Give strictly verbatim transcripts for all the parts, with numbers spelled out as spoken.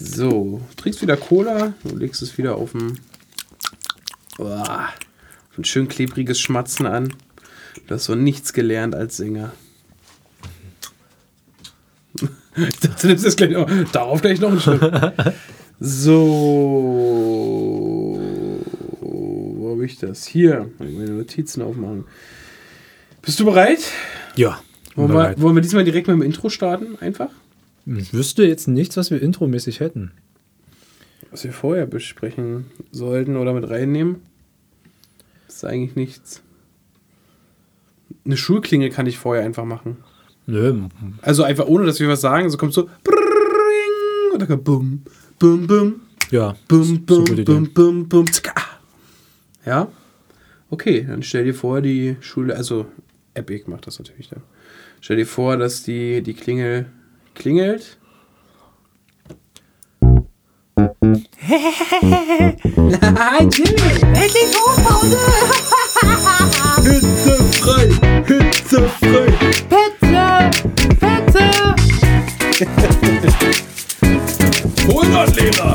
So, du trinkst wieder Cola, du legst es wieder auf ein, oh, ein schön klebriges Schmatzen an. Du hast so nichts gelernt als Sänger. Ich dachte, du nimmst das gleich noch, darauf gleich noch einen Schluck. So, wo habe ich das? Hier, meine Notizen aufmachen. Bist du bereit? Ja. Wollen wir, wollen wir diesmal direkt mit dem Intro starten, einfach? Ich wüsste jetzt nichts, was wir intromäßig hätten. Was wir vorher besprechen sollten oder mit reinnehmen. Das ist eigentlich nichts. Eine Schulklingel kann ich vorher einfach machen. Nö. Also einfach ohne, dass wir was sagen. So kommt so und dann kommt bum, bum, bum. Ja. Bum, so bum, bum, bum, bum, zka. Ja? Okay, dann stell dir vor, die Schule, also Epic macht das natürlich dann. Stell dir vor, dass die, die Klingel klingelt. Hi Jimmy, endlich Hofpause! Hitzefrei, hitzefrei. Pizza, Pizza! hundert Lehrer.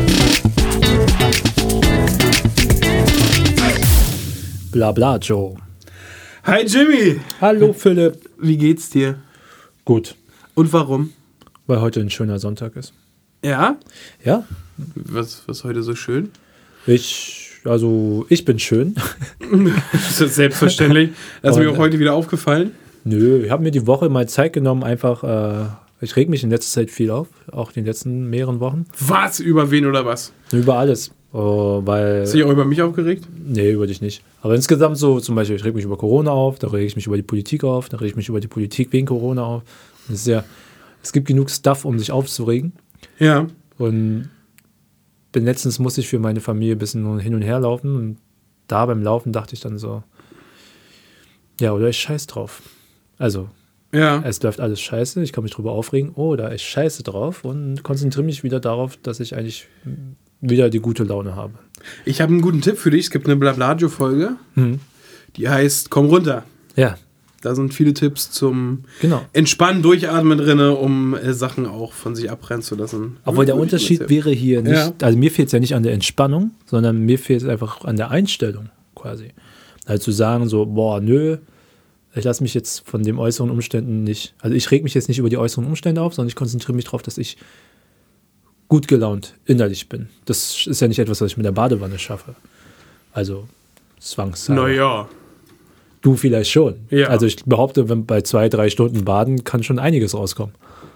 Bla bla, Joe. Hi Jimmy. Hallo Philipp. Wie geht's dir? Gut, Und warum? weil heute ein schöner Sonntag ist. Ja? Ja, Was, was heute so schön? ich, also ich bin schön. Das ist selbstverständlich. Das ist mir Und, auch heute wieder aufgefallen. Nö, ich habe mir die Woche mal Zeit genommen, einfach, äh, ich reg mich in letzter Zeit viel auf, auch in den letzten mehreren Wochen. Was? Über wen oder was? Über alles. Oh, weil. Hast du dich auch über mich aufgeregt? Nee, über dich nicht. Aber insgesamt so, zum Beispiel, ich reg mich über Corona auf, da reg ich mich über die Politik auf, da reg ich mich über die Politik wegen Corona auf. Das ist ja, es gibt genug Stuff, um sich aufzuregen. Ja. Und bin letztens musste ich für meine Familie ein bisschen hin und her laufen und da beim Laufen dachte ich dann so, ja, oder ich scheiß drauf. Also, Ja. es läuft alles scheiße, ich kann mich drüber aufregen, oder ich scheiße drauf und konzentriere mich wieder darauf, dass ich eigentlich wieder die gute Laune habe. Ich habe einen guten Tipp für dich. Es gibt eine Blabladio-Folge, Mhm. die heißt Komm runter. Ja, Da sind viele Tipps zum genau. Entspannen, Durchatmen drin, um äh, Sachen auch von sich abbrennen zu lassen. Obwohl der Würde ich Unterschied erzählen. wäre hier nicht, Ja. also mir fehlt es ja nicht an der Entspannung, sondern mir fehlt es einfach an der Einstellung quasi. Also zu sagen so, boah, nö, ich lasse mich jetzt von den äußeren Umständen nicht, also ich reg mich jetzt nicht über die äußeren Umstände auf, sondern ich konzentriere mich darauf, dass ich gut gelaunt innerlich bin. Das ist ja nicht etwas, was ich mit der Badewanne schaffe. Also zwangshalber. Naja. Du vielleicht schon. Ja. Also ich behaupte, wenn bei zwei, drei Stunden Baden kann schon einiges rauskommen.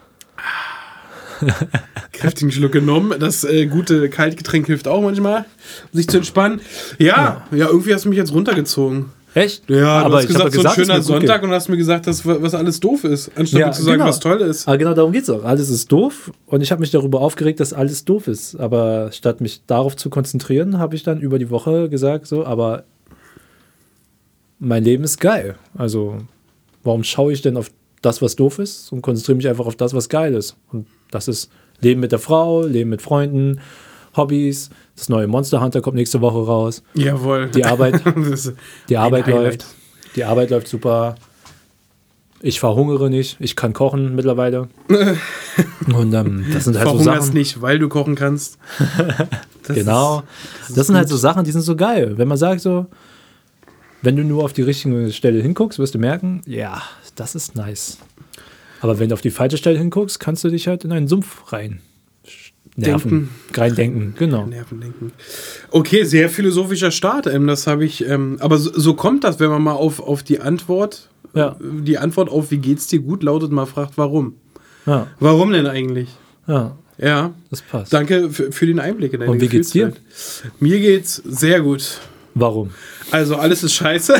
Kräftigen Schluck genommen. Das äh, gute Kaltgetränk hilft auch manchmal, um sich zu entspannen. Ja, ja, irgendwie hast du mich jetzt runtergezogen. Echt? Ja, du aber hast ich gesagt, habe so ein gesagt, schöner es mir gut Sonntag geht. und hast mir gesagt, dass, was alles doof ist, anstatt Ja, mir zu sagen, genau. was toll ist. Aber genau darum geht es auch. Alles ist doof und ich habe mich darüber aufgeregt, dass alles doof ist. Aber statt mich darauf zu konzentrieren, habe ich dann über die Woche gesagt, so, aber mein Leben ist geil. Also warum schaue ich denn auf das, was doof ist und konzentriere mich einfach auf das, was geil ist? Und das ist Leben mit der Frau, Leben mit Freunden, Hobbys. Das neue Monster Hunter kommt nächste Woche raus. Jawohl. Die Arbeit, Das ist die ein Arbeit Highlight. läuft. Die Arbeit läuft super. Ich verhungere nicht. Ich kann kochen mittlerweile. Und ähm, das sind halt so Verhungerst Sachen. nicht, weil du kochen kannst. Das Genau. ist- Das, ist sind halt gut. so Sachen, die sind so geil. Wenn man sagt so, wenn du nur auf die richtige Stelle hinguckst, wirst du merken, ja, das ist nice. Aber wenn du auf die falsche Stelle hinguckst, kannst du dich halt in einen Sumpf rein nerven. Denken. Reindenken, genau. Nervendenken. Okay, sehr philosophischer Start. Ähm, das habe ich. Ähm, aber so, so kommt das, wenn man mal auf, auf die Antwort, Ja. die Antwort auf wie geht's dir gut lautet, mal fragt, warum. Ja, Warum denn eigentlich? ja, Ja. das passt. Danke für, für den Einblick in deine Und wie geht's dir? Gefühlswelt. Mir geht's sehr gut. Warum? Also alles ist scheiße.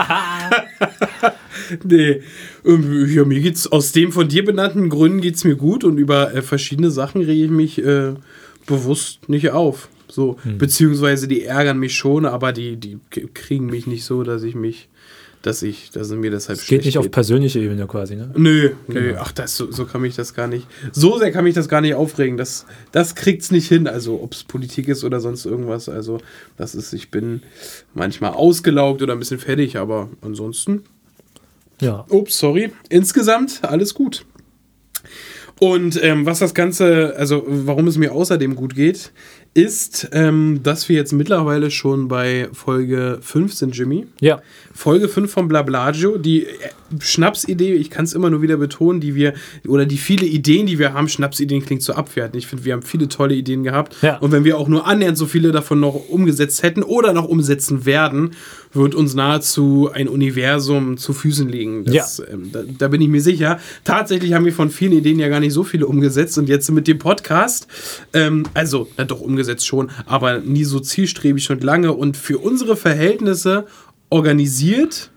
Nee, ähm, ja, mir geht's aus den von dir benannten Gründen geht's mir gut und über äh, verschiedene Sachen rege ich mich äh, bewusst nicht auf. So, Hm. beziehungsweise die ärgern mich schon, aber die, die k- kriegen mich nicht so, dass ich mich, dass ich, dass es mir deshalb Es geht schlecht nicht auf persönliche Ebene quasi, ne? Nö, nö, Genau. ach, das, so, so kann mich das gar nicht, so sehr kann mich das gar nicht aufregen, das, das kriegt's nicht hin, also ob es Politik ist oder sonst irgendwas, also das ist, ich bin manchmal ausgelaugt oder ein bisschen fertig, aber ansonsten, Ja. ups, sorry, insgesamt alles gut. Und ähm, was das Ganze, also warum es mir außerdem gut geht, ist, ähm, dass wir jetzt mittlerweile schon bei Folge fünf sind, Jimmy. Ja. Folge fünf von Blablagio, die äh, Schnapsidee, ich kann es immer nur wieder betonen, die wir, oder die viele Ideen, die wir haben, Schnapsideen klingt so abwertend. Ich finde, wir haben viele tolle Ideen gehabt. Ja. Und wenn wir auch nur annähernd so viele davon noch umgesetzt hätten oder noch umsetzen werden, wird uns nahezu ein Universum zu Füßen liegen. Das, Ja. ähm, da, da bin ich mir sicher. Tatsächlich haben wir von vielen Ideen ja gar nicht so viele umgesetzt und jetzt mit dem Podcast, ähm, also, na doch umgesetzt schon, aber nie so zielstrebig und lange und für unsere Verhältnisse organisiert,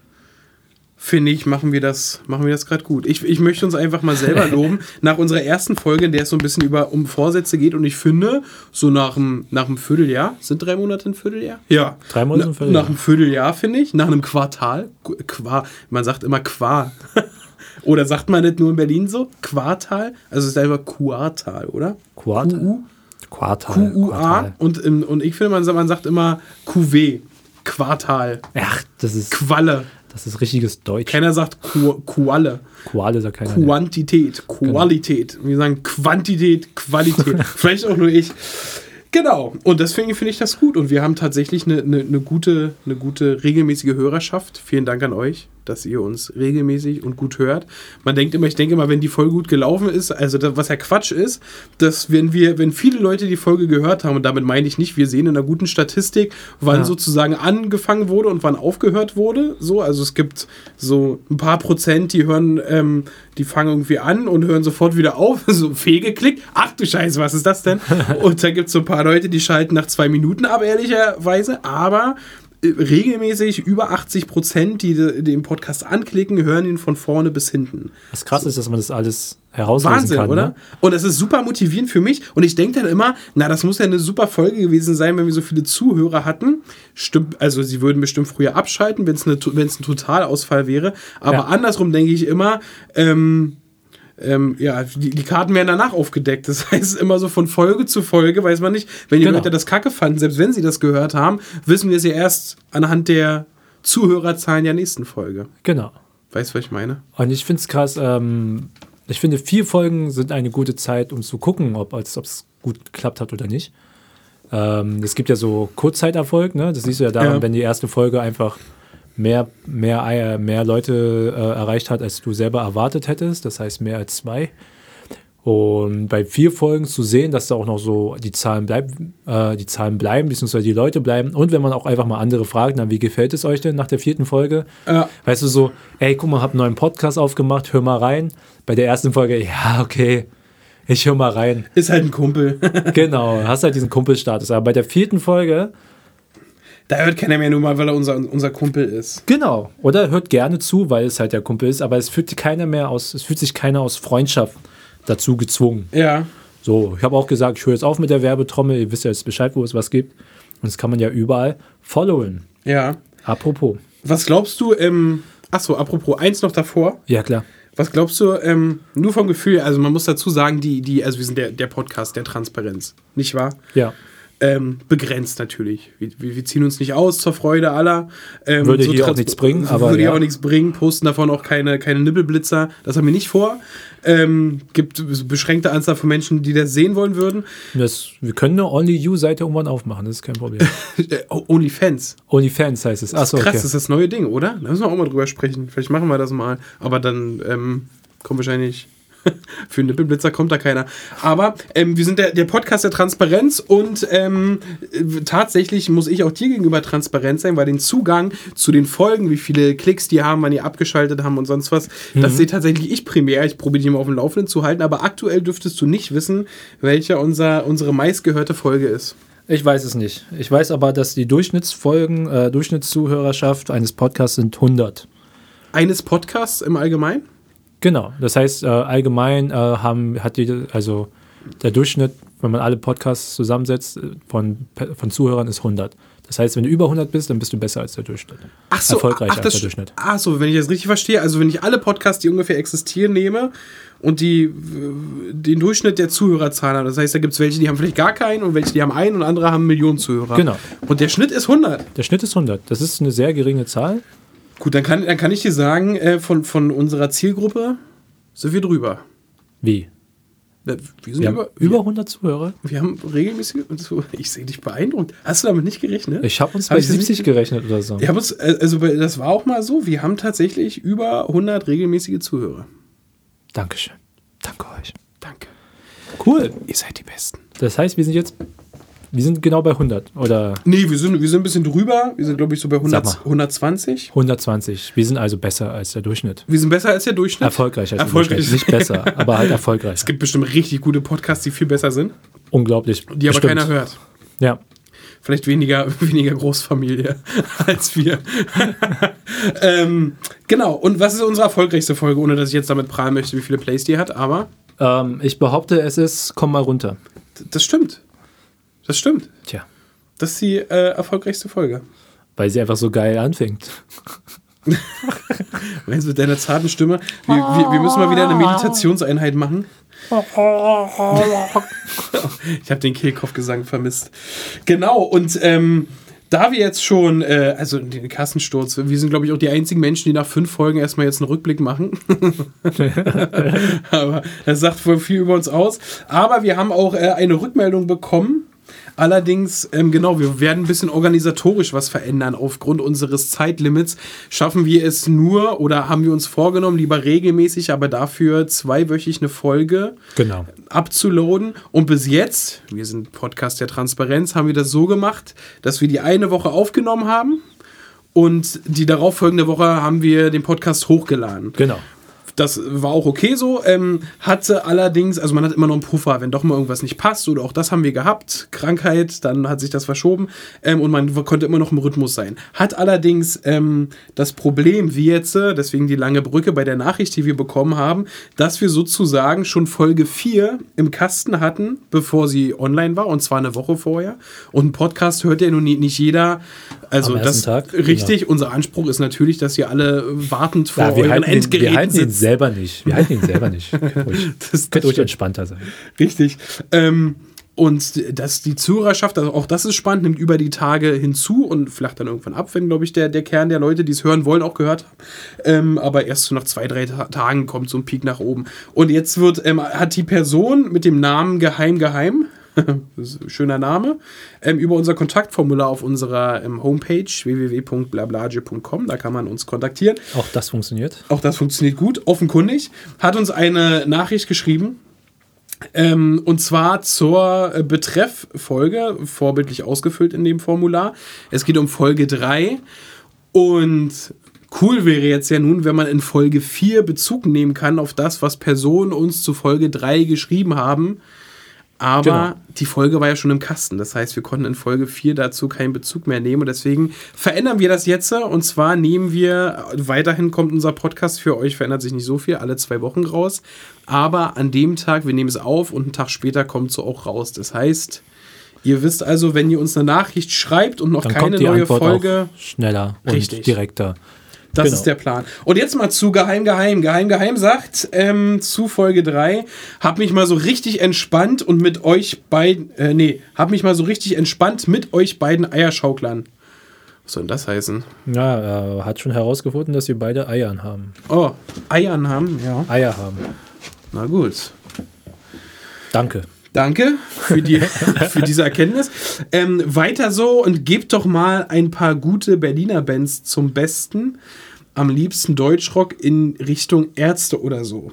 finde ich, machen wir das, machen wir das gerade gut. Ich, ich möchte uns einfach mal selber loben. Nach unserer ersten Folge, in der es so ein bisschen über, um Vorsätze geht und ich finde, so nach einem, nach einem Vierteljahr, sind drei Monate ein Vierteljahr? Ja. Drei Monate ein Vierteljahr. Nach einem Vierteljahr, finde ich, nach einem Quartal, Qua, man sagt immer Qua. Oder sagt man nicht nur in Berlin so? Quartal? Also es ist einfach Quartal, oder? Quartal. Q U? Quartal. Q U A Quartal. und, im- und ich finde, man, sagt- man sagt immer Q W. Quartal. Ach, das ist, Qualle. das ist richtiges Deutsch. Keiner sagt Qu Qualle. Quale sagt keiner. mehr. Quantität, Qualität. Wir sagen Quantität, Qualität. Vielleicht auch nur ich. Genau. Und deswegen finde ich das gut. Und wir haben tatsächlich eine, eine, eine, gute, eine gute regelmäßige Hörerschaft. Vielen Dank an euch, dass ihr uns regelmäßig und gut hört. Man denkt immer, ich denke immer, wenn die Folge gut gelaufen ist, also das, was ja Quatsch ist, dass wenn wir, wenn viele Leute die Folge gehört haben, und damit meine ich nicht, wir sehen in einer guten Statistik, wann Ja. sozusagen angefangen wurde und wann aufgehört wurde. So, also es gibt so ein paar Prozent, die hören, ähm, die fangen irgendwie an und hören sofort wieder auf. So fehlgeklickt. Ach du Scheiße, was ist das denn? Und da gibt es so ein paar Leute, die schalten nach zwei Minuten ab, ehrlicherweise. Aber äh, regelmäßig über achtzig Prozent, die de- den Podcast anklicken, hören ihn von vorne bis hinten. Was krass ist, dass man das alles herauslesen Wahnsinn, kann. oder? Ne? Und es ist super motivierend für mich. Und ich denke dann immer, na, das muss ja eine super Folge gewesen sein, wenn wir so viele Zuhörer hatten. Stimmt, also sie würden bestimmt früher abschalten, wenn es eine, wenn es ein Totalausfall wäre. Aber Ja. andersrum denke ich immer, ähm, ähm, ja, die, die Karten werden danach aufgedeckt. Das heißt, immer so von Folge zu Folge, weiß man nicht, wenn die Genau. Leute das Kacke fanden, selbst wenn sie das gehört haben, wissen wir es ja erst anhand der Zuhörerzahlen der nächsten Folge. Genau. Weißt du, was ich meine? Und ich finde es krass, ähm, ich finde, vier Folgen sind eine gute Zeit, um zu gucken, ob es gut geklappt hat oder nicht. Ähm, es gibt ja so Kurzzeiterfolg, ne? Das siehst du ja daran, Ja. wenn die erste Folge einfach mehr, mehr, äh, mehr Leute äh, erreicht hat, als du selber erwartet hättest. Das heißt mehr als zwei. Und bei vier Folgen zu sehen, dass da auch noch so die Zahlen, bleib, äh, die Zahlen bleiben, beziehungsweise die Leute bleiben. Und wenn man auch einfach mal andere fragt, na, wie gefällt es euch denn nach der vierten Folge? Ja. Weißt du, so, ey, guck mal, hab einen neuen Podcast aufgemacht, hör mal rein. Bei der ersten Folge, ja, okay, ich hör mal rein. Ist halt ein Kumpel. Genau, hast halt diesen Kumpelstatus. Aber bei der vierten Folge, Da hört keiner mehr nur mal, weil er unser, unser Kumpel ist. genau, oder hört gerne zu, weil es halt der Kumpel ist, aber es fühlt keiner mehr aus, es fühlt sich keiner aus Freundschaft dazu gezwungen. Ja. So, ich habe auch gesagt, ich höre jetzt auf mit der Werbetrommel, ihr wisst ja jetzt Bescheid, wo es was gibt. Und das kann man ja überall followen. Ja. Apropos. Was glaubst du, ähm, achso, apropos, eins noch davor. Ja, klar. Was glaubst du, ähm, nur vom Gefühl, also man muss dazu sagen, die, die, also wir sind der, der Podcast der Transparenz, nicht wahr? Ja. Ähm, begrenzt natürlich. Wir, wir, wir ziehen uns nicht aus zur Freude aller. Ähm, Würde hier trans- auch nichts bringen, aber Würde hier ja. auch nichts bringen, posten davon auch keine, keine Nippelblitzer. Das haben wir nicht vor. Ähm, gibt beschränkte Anzahl von Menschen, die das sehen wollen würden. Das, wir können eine Only-You-Seite irgendwann aufmachen, das ist kein Problem. Äh, OnlyFans. OnlyFans heißt es. Achso, Krass, okay. das ist das neue Ding, oder? Da müssen wir auch mal drüber sprechen. Vielleicht machen wir das mal. Aber dann ähm, kommt wahrscheinlich für einen Nippelblitzer kommt da keiner. Aber ähm, wir sind der, der Podcast der Transparenz und ähm, äh, tatsächlich muss ich auch dir gegenüber transparent sein, weil den Zugang zu den Folgen, wie viele Klicks die haben, wann die abgeschaltet haben und sonst was, das sehe tatsächlich ich primär. Ich probiere die mal auf dem Laufenden zu halten, aber aktuell dürftest du nicht wissen, welcher unser, unsere meistgehörte Folge ist. Ich weiß es nicht. Ich weiß aber, dass die Durchschnittsfolgen, äh, Durchschnittszuhörerschaft eines Podcasts sind hundert. Eines Podcasts im Allgemeinen? Genau. Das heißt, äh, allgemein äh, haben, hat die, also der Durchschnitt, wenn man alle Podcasts zusammensetzt, äh, von, von Zuhörern ist hundert. Das heißt, wenn du über hundert bist, dann bist du besser als der Durchschnitt. Ach so, Erfolgreicher ach, als das, der Durchschnitt. Ach so, wenn ich das richtig verstehe, also wenn ich alle Podcasts, die ungefähr existieren, nehme und die den Durchschnitt der Zuhörerzahlen habe, das heißt, da gibt es welche, die haben vielleicht gar keinen und welche, die haben einen und andere haben Millionen Zuhörer. Genau. Und der Schnitt ist hundert. Der Schnitt ist hundert. Das ist eine sehr geringe Zahl. Gut, dann kann, dann kann ich dir sagen, äh, von, von unserer Zielgruppe sind wir drüber. Wie? Wir, sind Wir über, haben über hundert Zuhörer. wir haben regelmäßig. Ich sehe dich beeindruckt. Hast du damit nicht gerechnet? Ich habe uns Hab bei ich das siebzig nicht- gerechnet oder so. Ich hab uns, äh, also bei- das war auch mal so. Wir haben tatsächlich über hundert regelmäßige Zuhörer. Dankeschön. Danke euch. Danke. Cool. Ihr seid die Besten. Das heißt, wir sind jetzt, wir sind genau bei hundert oder Nee, wir sind, wir sind ein bisschen drüber. Wir sind, glaube ich, so bei hundert, Sag mal. hundertzwanzig. hundertzwanzig. Wir sind also besser als der Durchschnitt. Wir sind besser als der Durchschnitt. Erfolgreicher als Erfolgreich. der Durchschnitt. Nicht besser, aber halt erfolgreicher. Es gibt bestimmt richtig gute Podcasts, die viel besser sind, Unglaublich. die aber Bestimmt. keiner hört. Ja. Vielleicht weniger, weniger Großfamilie als wir. ähm, genau. Und was ist unsere erfolgreichste Folge, ohne dass ich jetzt damit prahlen möchte, wie viele Plays die hat, aber Ähm, ich behaupte, es ist, komm mal runter. d- das stimmt. Das stimmt. Tja, Das ist die äh, erfolgreichste Folge. weil sie einfach so geil anfängt. Meinst du mit deiner zarten Stimme? Wir, wir, wir müssen mal wieder eine Meditationseinheit machen. Ich habe den Kehlkopfgesang vermisst. Genau, und ähm, da wir jetzt schon, äh, also den Kassensturz, wir sind, glaube ich, auch die einzigen Menschen, die nach fünf Folgen erstmal jetzt einen Rückblick machen. Aber das sagt wohl viel über uns aus. Aber wir haben auch äh, eine Rückmeldung bekommen. Allerdings, ähm, genau, wir werden ein bisschen organisatorisch was verändern. Aufgrund unseres Zeitlimits schaffen wir es nur oder haben wir uns vorgenommen, lieber regelmäßig, aber dafür zweiwöchig eine Folge Genau. abzuladen. Und bis jetzt, wir sind Podcast der Transparenz, haben wir das so gemacht, dass wir die eine Woche aufgenommen haben und die darauffolgende Woche haben wir den Podcast hochgeladen. Genau. Das war auch okay so, ähm, hatte allerdings, also man hat immer noch einen Puffer, wenn doch mal irgendwas nicht passt oder auch das haben wir gehabt, Krankheit, dann hat sich das verschoben ähm, und man konnte immer noch im Rhythmus sein. Hat allerdings ähm, das Problem, wie jetzt, äh, deswegen die lange Brücke bei der Nachricht, die wir bekommen haben, dass wir sozusagen schon Folge vier im Kasten hatten, bevor sie online war und zwar eine Woche vorher und ein Podcast hört ja nun nie- nicht jeder, also Am ersten das Tag, richtig, unser Anspruch ist natürlich, dass ihr alle wartend vor Ja, wir, euren halten ihn, Endgeräten wir halten ihn sitzt. selber nicht. Wir halten ihn selber nicht. Könnt ruhig, Das- das könnt ruhig stimmt. entspannter sein. Richtig. Ähm, und dass die Zuhörerschaft, also auch das ist spannend, nimmt über die Tage hinzu und flacht dann irgendwann ab, wenn, glaube ich, der, der Kern der Leute, die es hören wollen, auch gehört haben. Ähm, aber erst so nach zwei, drei Ta- Tagen kommt so ein Peak nach oben. Und jetzt wird, ähm, hat die Person mit dem Namen Geheim Geheim, das ist ein schöner Name, ähm, über unser Kontaktformular auf unserer ähm, Homepage w w w punkt blablage punkt com, da kann man uns kontaktieren. Auch das funktioniert. Auch das funktioniert gut, offenkundig. Hat uns eine Nachricht geschrieben. Ähm, und zwar zur äh, Betreff-Folge, vorbildlich ausgefüllt in dem Formular. Es geht um Folge drei. Und cool wäre jetzt ja nun, wenn man in Folge vier Bezug nehmen kann auf das, was Personen uns zu Folge drei geschrieben haben. Aber Genau. die Folge war ja schon im Kasten. Das heißt, wir konnten in Folge vier dazu keinen Bezug mehr nehmen. Und deswegen verändern wir das jetzt. Und zwar nehmen wir, weiterhin kommt unser Podcast für euch, verändert sich nicht so viel, alle zwei Wochen raus. Aber an dem Tag, wir nehmen es auf und einen Tag später kommt so auch raus. Das heißt, ihr wisst also, wenn ihr uns eine Nachricht schreibt und noch Dann keine kommt die neue Antwort Folge, auch schneller und Richtig. direkter. das Genau. ist der Plan. Und jetzt mal zu Geheim Geheim. Geheim Geheim sagt ähm, zu Folge drei, hab mich mal so richtig entspannt und mit euch beiden, äh, nee, hab mich mal so richtig entspannt mit euch beiden Eierschauklern. Was soll denn das heißen? Ja, er hat schon herausgefunden, dass wir beide Eiern haben. Oh, Eiern haben, ja. Eier haben. Na gut. Danke. Danke für, die, für diese Erkenntnis. Ähm, weiter so und gebt doch mal ein paar gute Berliner Bands zum Besten. Am liebsten Deutschrock in Richtung Ärzte oder so.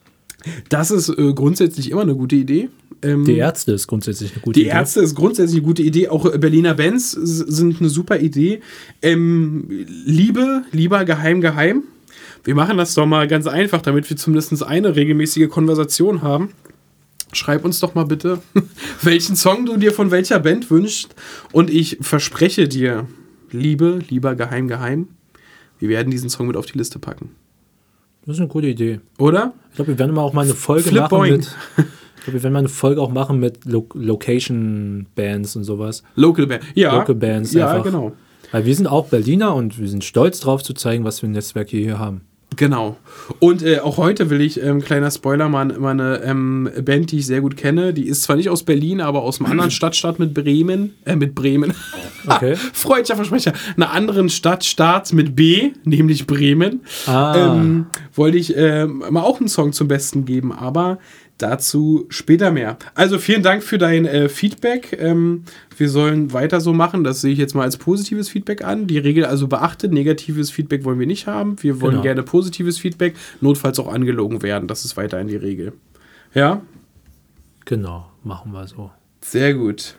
Das ist äh, grundsätzlich immer eine gute Idee. Ähm, Die Ärzte ist grundsätzlich eine gute Die Idee. Ärzte ist grundsätzlich eine gute Idee. Auch äh, Berliner Bands s- sind eine super Idee. Ähm, Liebe, lieber geheim, geheim. Wir machen das doch mal ganz einfach, damit wir zumindest eine regelmäßige Konversation haben. Schreib uns doch mal bitte, welchen Song du dir von welcher Band wünschst. Und ich verspreche dir, Liebe, lieber geheim, geheim, wir werden diesen Song mit auf die Liste packen. Das ist eine gute Idee. Oder? Ich glaube, wir werden mal auch mal eine Folge Flip machen Boing. mit. Ich glaube, wir werden mal eine Folge auch machen mit Lo Location-Bands und sowas. Local Band. Ja, Local Bands ja, einfach. genau. Weil wir sind auch Berliner und wir sind stolz drauf zu zeigen, was für ein Netzwerk wir hier haben. Genau. Und äh, auch heute will ich, ähm, kleiner Spoiler, mal, mal eine ähm, Band, die ich sehr gut kenne. Die ist zwar nicht aus Berlin, aber aus einem anderen Stadtstaat mit Bremen. Äh, mit Bremen. Okay. Freudscher Versprecher. Einer anderen Stadtstaat mit B, nämlich Bremen. Ah. Ähm, wollte ich äh, mal auch einen Song zum Besten geben. Aber Dazu später mehr. Also vielen Dank für dein äh, Feedback. Ähm, wir sollen weiter so machen. Das sehe ich jetzt mal als positives Feedback an. Die Regel also beachtet. Negatives Feedback wollen wir nicht haben. Wir wollen Genau. gerne positives Feedback. Notfalls auch angelogen werden. Das ist weiterhin die Regel. Ja? Genau, machen wir so. Sehr gut.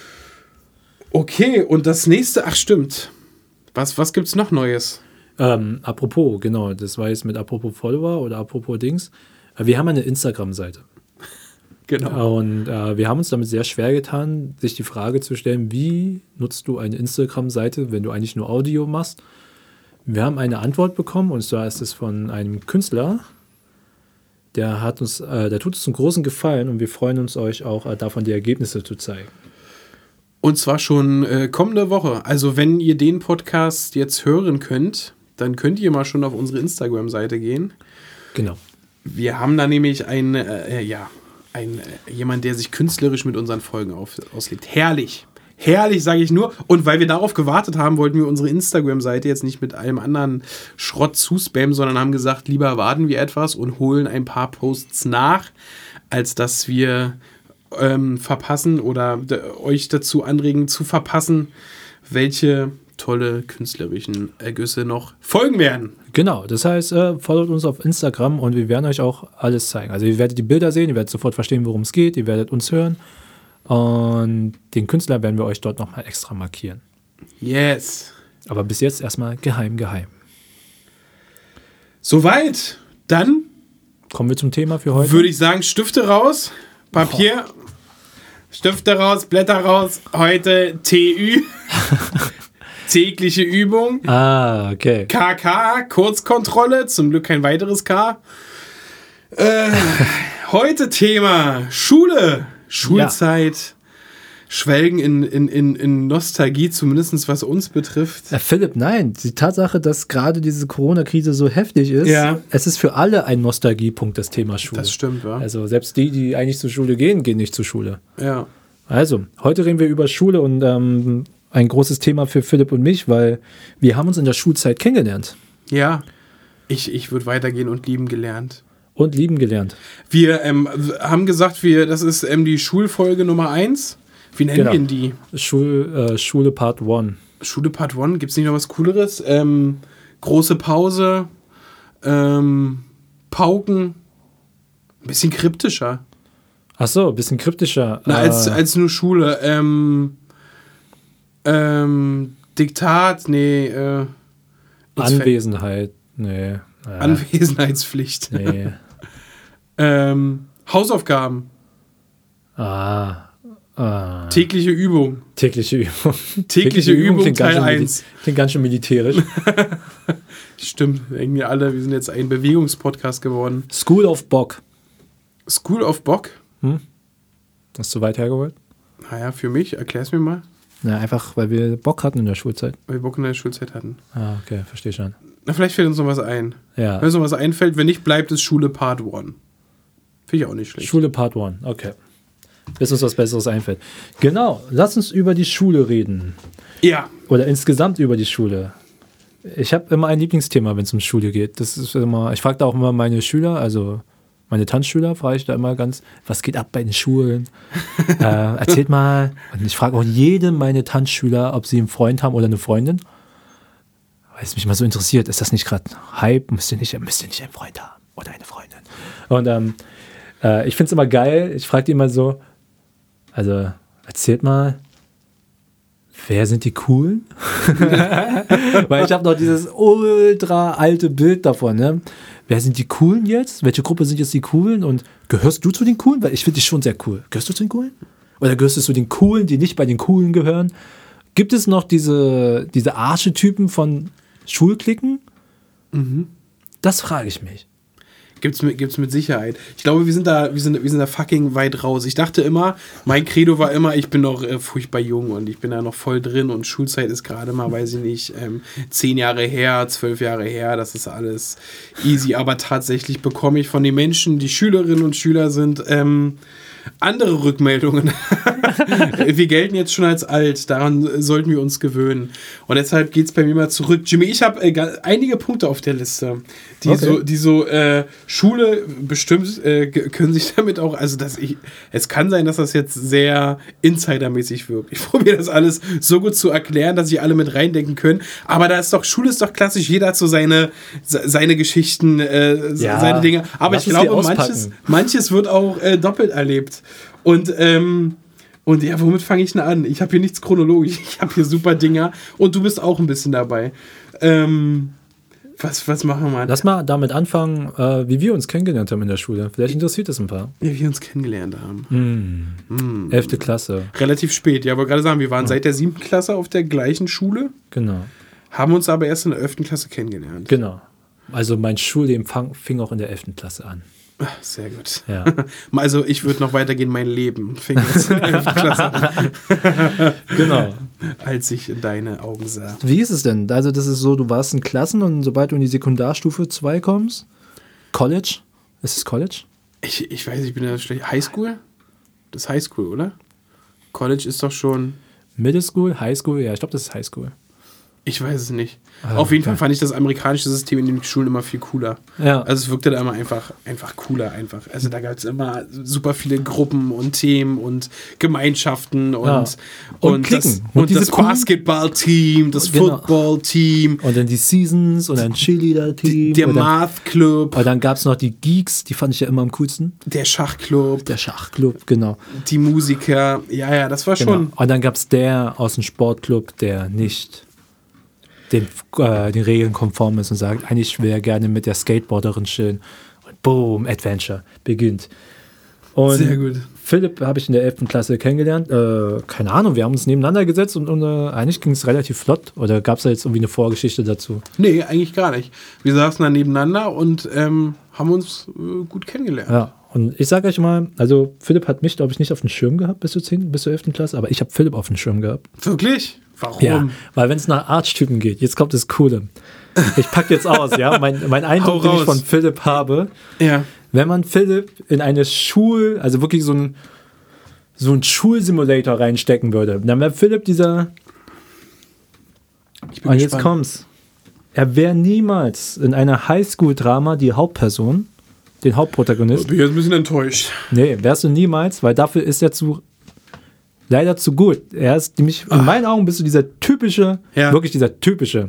Okay, und das nächste, ach stimmt. Was, was gibt's noch Neues? Ähm, apropos, genau, das war jetzt mit apropos Follower oder apropos Dings. Äh, Wir haben eine Instagram-Seite. Genau. Und äh, wir haben uns damit sehr schwer getan, sich die Frage zu stellen, wie nutzt du eine Instagram-Seite, wenn du eigentlich nur Audio machst? Wir haben eine Antwort bekommen, und zwar ist es von einem Künstler, der hat uns, äh, der tut uns einen großen Gefallen, und wir freuen uns, euch auch äh, davon die Ergebnisse zu zeigen. Und zwar schon äh, kommende Woche. Also wenn ihr den Podcast jetzt hören könnt, dann könnt ihr mal schon auf unsere Instagram-Seite gehen. Genau. Wir haben da nämlich ein, äh, ja, ein, äh, jemand, der sich künstlerisch mit unseren Folgen auf, auslebt. Herrlich. Herrlich, sage ich nur. Und weil wir darauf gewartet haben, wollten wir unsere Instagram-Seite jetzt nicht mit allem anderen Schrott zuspammen, sondern haben gesagt, lieber warten wir etwas und holen ein paar Posts nach, als dass wir ähm, verpassen oder de- euch dazu anregen zu verpassen, welche tolle künstlerischen Ergüsse noch folgen werden. Genau, das heißt, äh, followt uns auf Instagram, und wir werden euch auch alles zeigen. Also ihr werdet die Bilder sehen, ihr werdet sofort verstehen, worum es geht, ihr werdet uns hören, und den Künstler werden wir euch dort nochmal extra markieren. Yes. Aber bis jetzt erstmal geheim, geheim. Soweit. Dann Kommen wir zum Thema für heute. würde ich sagen, Stifte raus, Papier, Stifte raus, Blätter raus. Heute T Ü, tägliche Übung. ah, okay. K K, Kurzkontrolle, zum Glück kein weiteres K. Äh, heute Thema Schule, Schulzeit, Schwelgen in, in, in, in Nostalgie, zumindest was uns betrifft. Äh, Philipp, nein, die Tatsache, dass gerade diese Corona-Krise so heftig ist, Ja. es ist für alle ein Nostalgiepunkt, das Thema Schule. Das stimmt, wa? Also selbst die, die eigentlich zur Schule gehen, gehen nicht zur Schule. Ja. Also, heute reden wir über Schule, und ähm, ein großes Thema für Philipp und mich, weil wir haben uns in der Schulzeit kennengelernt Ja. Ich, ich würde weitergehen und lieben gelernt. und lieben gelernt. Wir ähm, haben gesagt, wir, das ist ähm, die Schulfolge Nummer eins. Wie nennen Genau. wir denn die? Schul, äh, Schule Part eins. Schule Part eins, gibt es nicht noch was Cooleres? Ähm, große Pause, ähm, Pauken, ein bisschen kryptischer. Ach so, ein bisschen kryptischer. Na, als, äh, als nur Schule. Ähm, ähm, Diktat, nee. Äh, uns fällt- Anwesenheit. Nee. Äh, Anwesenheitspflicht. nee. ähm, Hausaufgaben, Ah. ah. tägliche Übung. Tägliche Übung. Tägliche Übung, klingt ganz Teil schön mili- eins. Klingt ganz schön militärisch. Stimmt, irgendwie alle, wir sind jetzt ein Bewegungspodcast geworden. School of Bock. School of Bock? Hast du weit hergeholt? Naja, für mich, erklär's mir mal, Na, einfach, weil wir Bock hatten in der Schulzeit. weil wir Bock in der Schulzeit hatten. Ah, okay, verstehe schon. Na, vielleicht fällt uns noch was ein. Ja. Wenn uns noch was einfällt, wenn nicht, bleibt es Schule Part eins. Finde ich auch nicht schlecht. Schule Part eins, okay. Bis uns was Besseres einfällt. Genau, lass uns über die Schule reden. Ja, Oder insgesamt über die Schule. Ich habe immer ein Lieblingsthema, wenn es um Schule geht. Das ist immer, ich frage da auch immer meine Schüler, also meine Tanzschüler, frage ich da immer ganz, was geht ab bei den Schulen? äh, erzählt mal. Und ich frage auch jede meine Tanzschüler, ob sie einen Freund haben oder eine Freundin. Weil es mich mal so interessiert, ist das nicht gerade Hype? Müsst ihr nicht, müsst ihr nicht einen Freund haben oder eine Freundin? Und ähm, äh, ich finde es immer geil. Ich frage die immer so, also erzählt mal, wer sind die Coolen? Weil ich habe noch dieses ultra alte Bild davon, ne? Wer sind die Coolen jetzt? Welche Gruppe sind jetzt die Coolen? Und gehörst du zu den Coolen? Weil ich finde dich schon sehr cool. Gehörst du zu den Coolen? Oder gehörst du zu den Coolen, die nicht bei den Coolen gehören? Gibt es noch diese, diese Archetypen von Schulklicken? Mhm. Das frage ich mich. Gibt's mit, gibt's mit Sicherheit. Ich glaube, wir sind da, wir sind, wir sind da fucking weit raus. Ich dachte immer, mein Credo war immer, ich bin noch äh, furchtbar jung und ich bin da noch voll drin und Schulzeit ist gerade mal, weiß ich nicht, ähm, zehn Jahre her, zwölf Jahre her, das ist alles easy. Aber tatsächlich bekomme ich von den Menschen, die Schülerinnen und Schüler sind, ähm, andere Rückmeldungen. Wir gelten jetzt schon als alt, daran sollten wir uns gewöhnen. Und deshalb geht es bei mir mal zurück. Jimmy, ich habe äh, einige Punkte auf der Liste, die Okay. so, die so äh, Schule bestimmt äh, g- können sich damit auch, also dass ich, es kann sein, dass das jetzt sehr insidermäßig wirkt. Ich probiere das alles so gut zu erklären, dass sich alle mit reindenken können. Aber da ist doch, Schule ist doch klassisch, jeder hat so seine, se- seine Geschichten, äh, Ja, seine Dinge. Aber lass ich es dir glaube, manches, auspacken. manches wird auch äh, doppelt erlebt. Und, ähm, und ja, womit fange ich denn an? Ich habe hier nichts chronologisch. Ich habe hier super Dinger. Und du bist auch ein bisschen dabei. Ähm, was, was machen wir mal? Lass mal damit anfangen, äh, wie wir uns kennengelernt haben in der Schule. Vielleicht interessiert das ein paar. Wie wir uns kennengelernt haben. Elfte Klasse, Relativ spät. Ja, aber gerade sagen, wir waren seit der siebten Klasse auf der gleichen Schule, genau. haben uns aber erst in der elften Klasse kennengelernt. Genau. Also mein Schulleben fang, fing auch in der elften Klasse an. Ach, sehr gut. Ja. Also ich würde noch weitergehen, mein Leben fing jetzt in der elften Klasse an, Genau. als ich in deine Augen sah. Wie ist es denn? Also das ist so, du warst in Klassen und sobald du in die Sekundarstufe zwei kommst, College, ist es College? Ich, ich weiß, ich bin ja schlecht. Highschool? Das ist Highschool, oder? College ist doch schon... Middle School, High School? Ja, ich glaube, das ist High School. Ich weiß es nicht. Ah, Auf jeden okay. Fall fand ich das amerikanische System in den Schulen immer viel cooler. Ja. Also es wirkte da immer einfach, einfach cooler einfach. Also da gab es immer super viele Gruppen und Themen und Gemeinschaften und, Ja. und, Und Klicken. das, Und und diese das coolen- Basketballteam, das Genau. Footballteam, Und dann die Seasons und ein Cheerleader-Team. der und dann, Math-Club, und dann gab es noch die Geeks, die fand ich ja immer am coolsten. der Schachclub, Der Schachclub, genau. die Musiker. Ja, ja, das war genau. schon... Und dann gab es der aus dem Sportclub, der nicht den, äh, den Regeln konform ist und sagt, eigentlich will er gerne mit der Skateboarderin chillen. Und boom, Adventure beginnt. Und Sehr gut. Philipp habe ich in der elften Klasse kennengelernt. Äh, keine Ahnung, wir haben uns nebeneinander gesetzt und, und äh, eigentlich ging es relativ flott. Oder gab es da jetzt irgendwie eine Vorgeschichte dazu? Nee, eigentlich gar nicht. Wir saßen da nebeneinander und ähm, haben uns äh, gut kennengelernt. Ja, und ich sage euch mal, also Philipp hat mich, glaube ich, nicht auf dem Schirm gehabt bis zur zehnten, bis zur elften Klasse, aber ich habe Philipp auf dem Schirm gehabt. Wirklich? Warum? Ja, weil wenn es nach Archetypen geht, jetzt kommt das Coole. Ich packe jetzt aus, ja, mein, mein Eindruck, Hau den ich raus. von Philipp habe, Ja. wenn man Philipp in eine Schul, also wirklich so ein so ein Schulsimulator reinstecken würde, dann wäre Philipp dieser, Ich bin und jetzt gespannt. kommt's, er wäre niemals in einer Highschool-Drama die Hauptperson, den Hauptprotagonist. Bin jetzt ein bisschen enttäuscht. Nee, wärst du niemals, weil dafür ist er zu leider zu gut. Er ist nämlich, in meinen Augen bist du dieser typische, Ja. wirklich dieser typische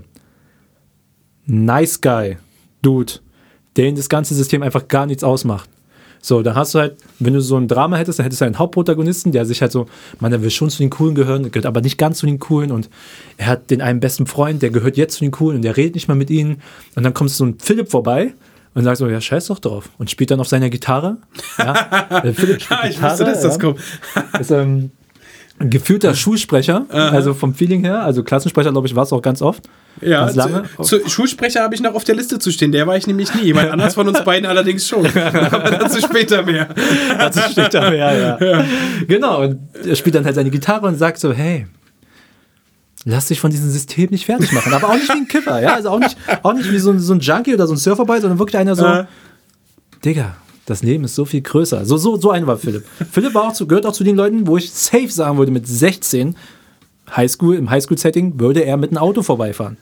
Nice Guy Dude, den das ganze System einfach gar nichts ausmacht. So, dann hast du halt, wenn du so ein Drama hättest, dann hättest du einen Hauptprotagonisten, der sich halt so, man, der will schon zu den Coolen gehören, gehört aber nicht ganz zu den Coolen und er hat den einen besten Freund, der gehört jetzt zu den Coolen und der redet nicht mal mit ihnen und dann kommt so ein Philipp vorbei und sagt so, ja, scheiß doch drauf und spielt dann auf seiner Gitarre. Ja, der Philipp spielt Ah, ich wusste, dass das ja. kommt. Ist ähm, ein gefühlter Schulsprecher, also vom Feeling her, also Klassensprecher, glaube ich, war es auch ganz oft. Ja, ganz lange. zu, zu Schulsprecher habe ich noch auf der Liste zu stehen. Der war ich nämlich nie. Jemand anders von uns beiden allerdings schon. Aber dazu später mehr. Also steht da mehr, ja. ja. Genau, und er spielt dann halt seine Gitarre und sagt so, hey, lass dich von diesem System nicht fertig machen. Aber auch nicht wie ein Kiffer, ja, also auch nicht, auch nicht wie so ein, so ein Junkie oder so ein Surferboy, sondern wirklich einer so, Äh. Digga, das Leben ist so viel größer. So, so, so ein war Philipp. Philipp war auch zu, gehört auch zu den Leuten, wo ich safe sagen würde, mit sechzehn, Highschool, im Highschool-Setting, würde er mit einem Auto vorbeifahren.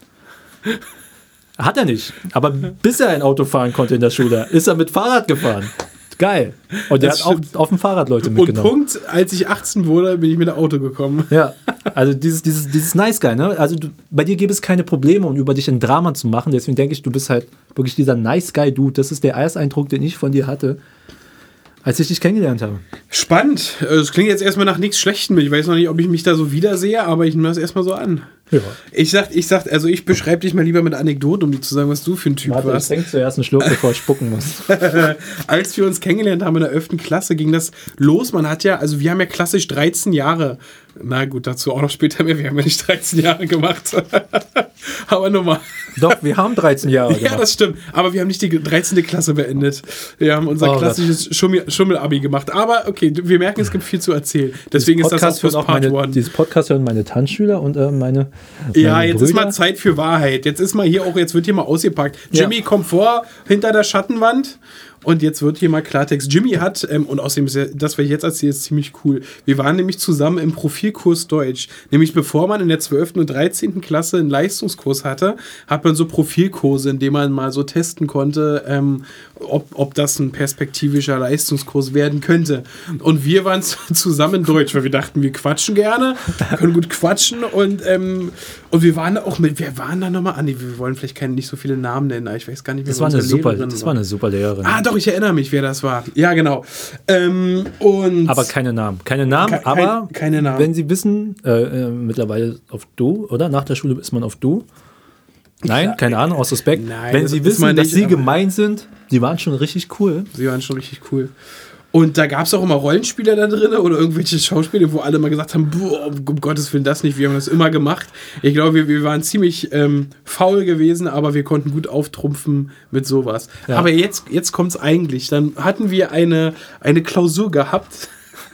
Hat er nicht. Aber bis er ein Auto fahren konnte in der Schule, ist er mit Fahrrad gefahren. Geil. Und er Das hat auch stimmt. auf dem Fahrrad Leute Und mitgenommen. Punkt, als ich achtzehn wurde, bin ich mit dem Auto gekommen. Ja, also dieses, dieses, dieses Nice Guy, ne? Also du, bei dir gäbe es keine Probleme, um über dich ein Drama zu machen. Deswegen denke ich, du bist halt wirklich dieser Nice Guy Dude. Das ist der Ersteindruck, den ich von dir hatte, als ich dich kennengelernt habe. Spannend. Es klingt jetzt erstmal nach nichts Schlechtem. Ich weiß noch nicht, ob ich mich da so wiedersehe, aber ich nehme das erstmal so an. Ja. Ich sag, ich sag, also ich beschreibe dich mal lieber mit Anekdoten, um dir zu sagen, was du für ein Typ Warte, ich warst. trinke zuerst einen Schluck, bevor ich spucken muss. Als wir uns kennengelernt haben in der elften Klasse, ging das los. Man hat ja, also wir haben ja klassisch dreizehn Jahre, na gut, dazu auch noch später mehr, wir haben ja nicht dreizehn Jahre gemacht. Aber nochmal. Doch, wir haben dreizehn Jahre Ja, gemacht. das stimmt. Aber wir haben nicht die dreizehnte Klasse beendet. Wir haben unser Oh, klassisches Schummel- Schummel-Abi gemacht. Aber okay, wir merken, es gibt viel zu erzählen. Deswegen ist das Podcast auch bloß hören auch Part meine, One. dieses Podcast hören meine Tanzschüler und äh, meine, Ja, meine jetzt Brüder. ist mal Zeit für Wahrheit. Jetzt ist mal hier auch, jetzt wird hier mal ausgepackt. Ja. Jimmy kommt vor hinter der Schattenwand Und jetzt wird hier mal Klartext. Jimmy hat, ähm, und außerdem ist ja, das, was ich jetzt erzähle, ist ziemlich cool. Wir waren nämlich zusammen im Profilkurs Deutsch. Nämlich bevor man in der zwölften und dreizehnten Klasse einen Leistungskurs hatte, hat man so Profilkurse, in denen man mal so testen konnte, ähm, ob, ob das ein perspektivischer Leistungskurs werden könnte. Und wir waren zusammen in Deutsch, weil wir dachten, wir quatschen gerne, können gut quatschen und, ähm, und wir waren da auch mit, wir waren da nochmal an, wir wollen vielleicht keine, nicht so viele Namen nennen, aber ich weiß gar nicht, wer Das war eine unsere super, Lehrerin das war eine super Lehrerin. Ah, doch, ich erinnere mich, wer das war. Ja, genau. Ähm, und Aber keine Namen. Keine Namen, Ke- aber kein- keine Namen. wenn Sie wissen, äh, äh, mittlerweile auf Du, oder? Nach der Schule ist man auf Du. Nein, Ja, keine Ahnung, aus Respekt. nein, wenn das Sie ist wissen, man dass nicht, Sie aber- gemein sind, die waren schon richtig cool. sie waren schon richtig cool. Und da gab es auch immer Rollenspieler da drin oder irgendwelche Schauspieler, wo alle mal gesagt haben, boah, um Gottes Willen, das nicht, wir haben das immer gemacht. Ich glaube, wir, wir waren ziemlich ähm, faul gewesen, aber wir konnten gut auftrumpfen mit sowas. Ja. Aber jetzt, jetzt kommt es eigentlich. Dann hatten wir eine, eine Klausur gehabt.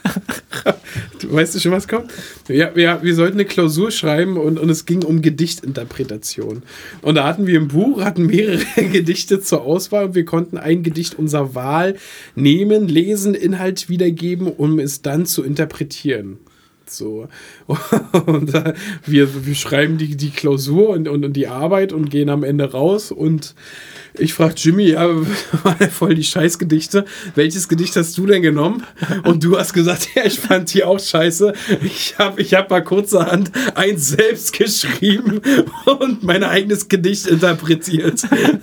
Du weißt du schon, was kommt? Ja, ja, wir sollten eine Klausur schreiben und, und es ging um Gedichtinterpretation. Und da hatten wir ein Buch, hatten mehrere Gedichte zur Auswahl und wir konnten ein Gedicht unserer Wahl nehmen, lesen, Inhalt wiedergeben, um es dann zu interpretieren. So. Und äh, wir, wir schreiben die, die Klausur und, und, und die Arbeit und gehen am Ende raus und ich frage Jimmy, ja, voll die Scheißgedichte. Welches Gedicht hast du denn genommen? Und du hast gesagt, ja, ich fand die auch scheiße. Ich habe ich hab mal kurzerhand eins selbst geschrieben und mein eigenes Gedicht interpretiert.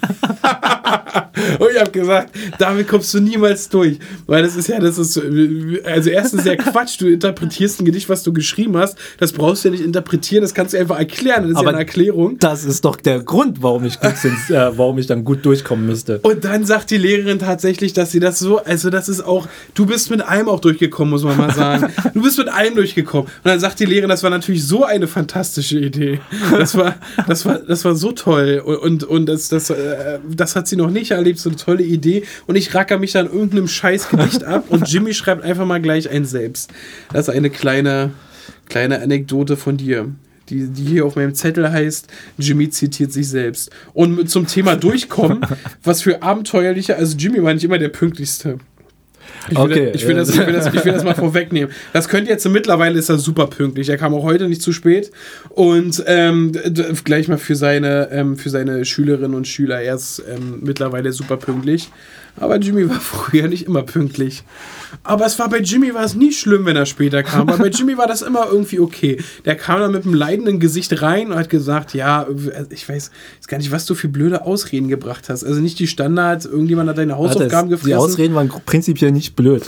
Und ich habe gesagt, damit kommst du niemals durch. Weil das ist ja, das ist, also erstens ja Quatsch, du interpretierst ein Gedicht, was du geschrieben hast. Das brauchst du ja nicht interpretieren, das kannst du einfach erklären. Das ist Aber ja eine Erklärung. Das ist doch der Grund, warum ich, gut sind, äh, warum ich dann gut durchkommen müsste. Und dann sagt die Lehrerin tatsächlich, dass sie das so, also das ist auch, du bist mit allem auch durchgekommen, muss man mal sagen. Du bist mit allem durchgekommen. Und dann sagt die Lehrerin, das war natürlich so eine fantastische Idee. Das war, das war, das war so toll. Und, und, und das, das, äh, das hat sie noch nicht erlebt, so eine tolle Idee. Und ich racker mich dann irgendeinem scheiß Gedicht ab und Jimmy schreibt einfach mal gleich ein selbst. Das ist eine kleine, kleine Anekdote von dir. Die, die hier auf meinem Zettel heißt, Jimmy zitiert sich selbst. Und zum Thema Durchkommen, was für abenteuerliche, also Jimmy war nicht immer der Pünktlichste. Ich will, Okay, ich, will ja. das, ich, will das, ich will das mal vorwegnehmen. Das könnte jetzt, mittlerweile ist er super pünktlich. Er kam auch heute nicht zu spät. Und ähm, d- gleich mal für seine, ähm, für seine Schülerinnen und Schüler. Er ist ähm, mittlerweile super pünktlich. Aber Jimmy war früher nicht immer pünktlich. Aber es war bei Jimmy war es nie schlimm, wenn er später kam. Weil bei Jimmy war das immer irgendwie okay. Der kam dann mit einem leidenden Gesicht rein und hat gesagt, ja, ich weiß, weiß gar nicht, was du für blöde Ausreden gebracht hast. Also nicht die Standards, irgendjemand hat deine Hausaufgaben das, gefressen. die Ausreden waren prinzipiell nicht blöd.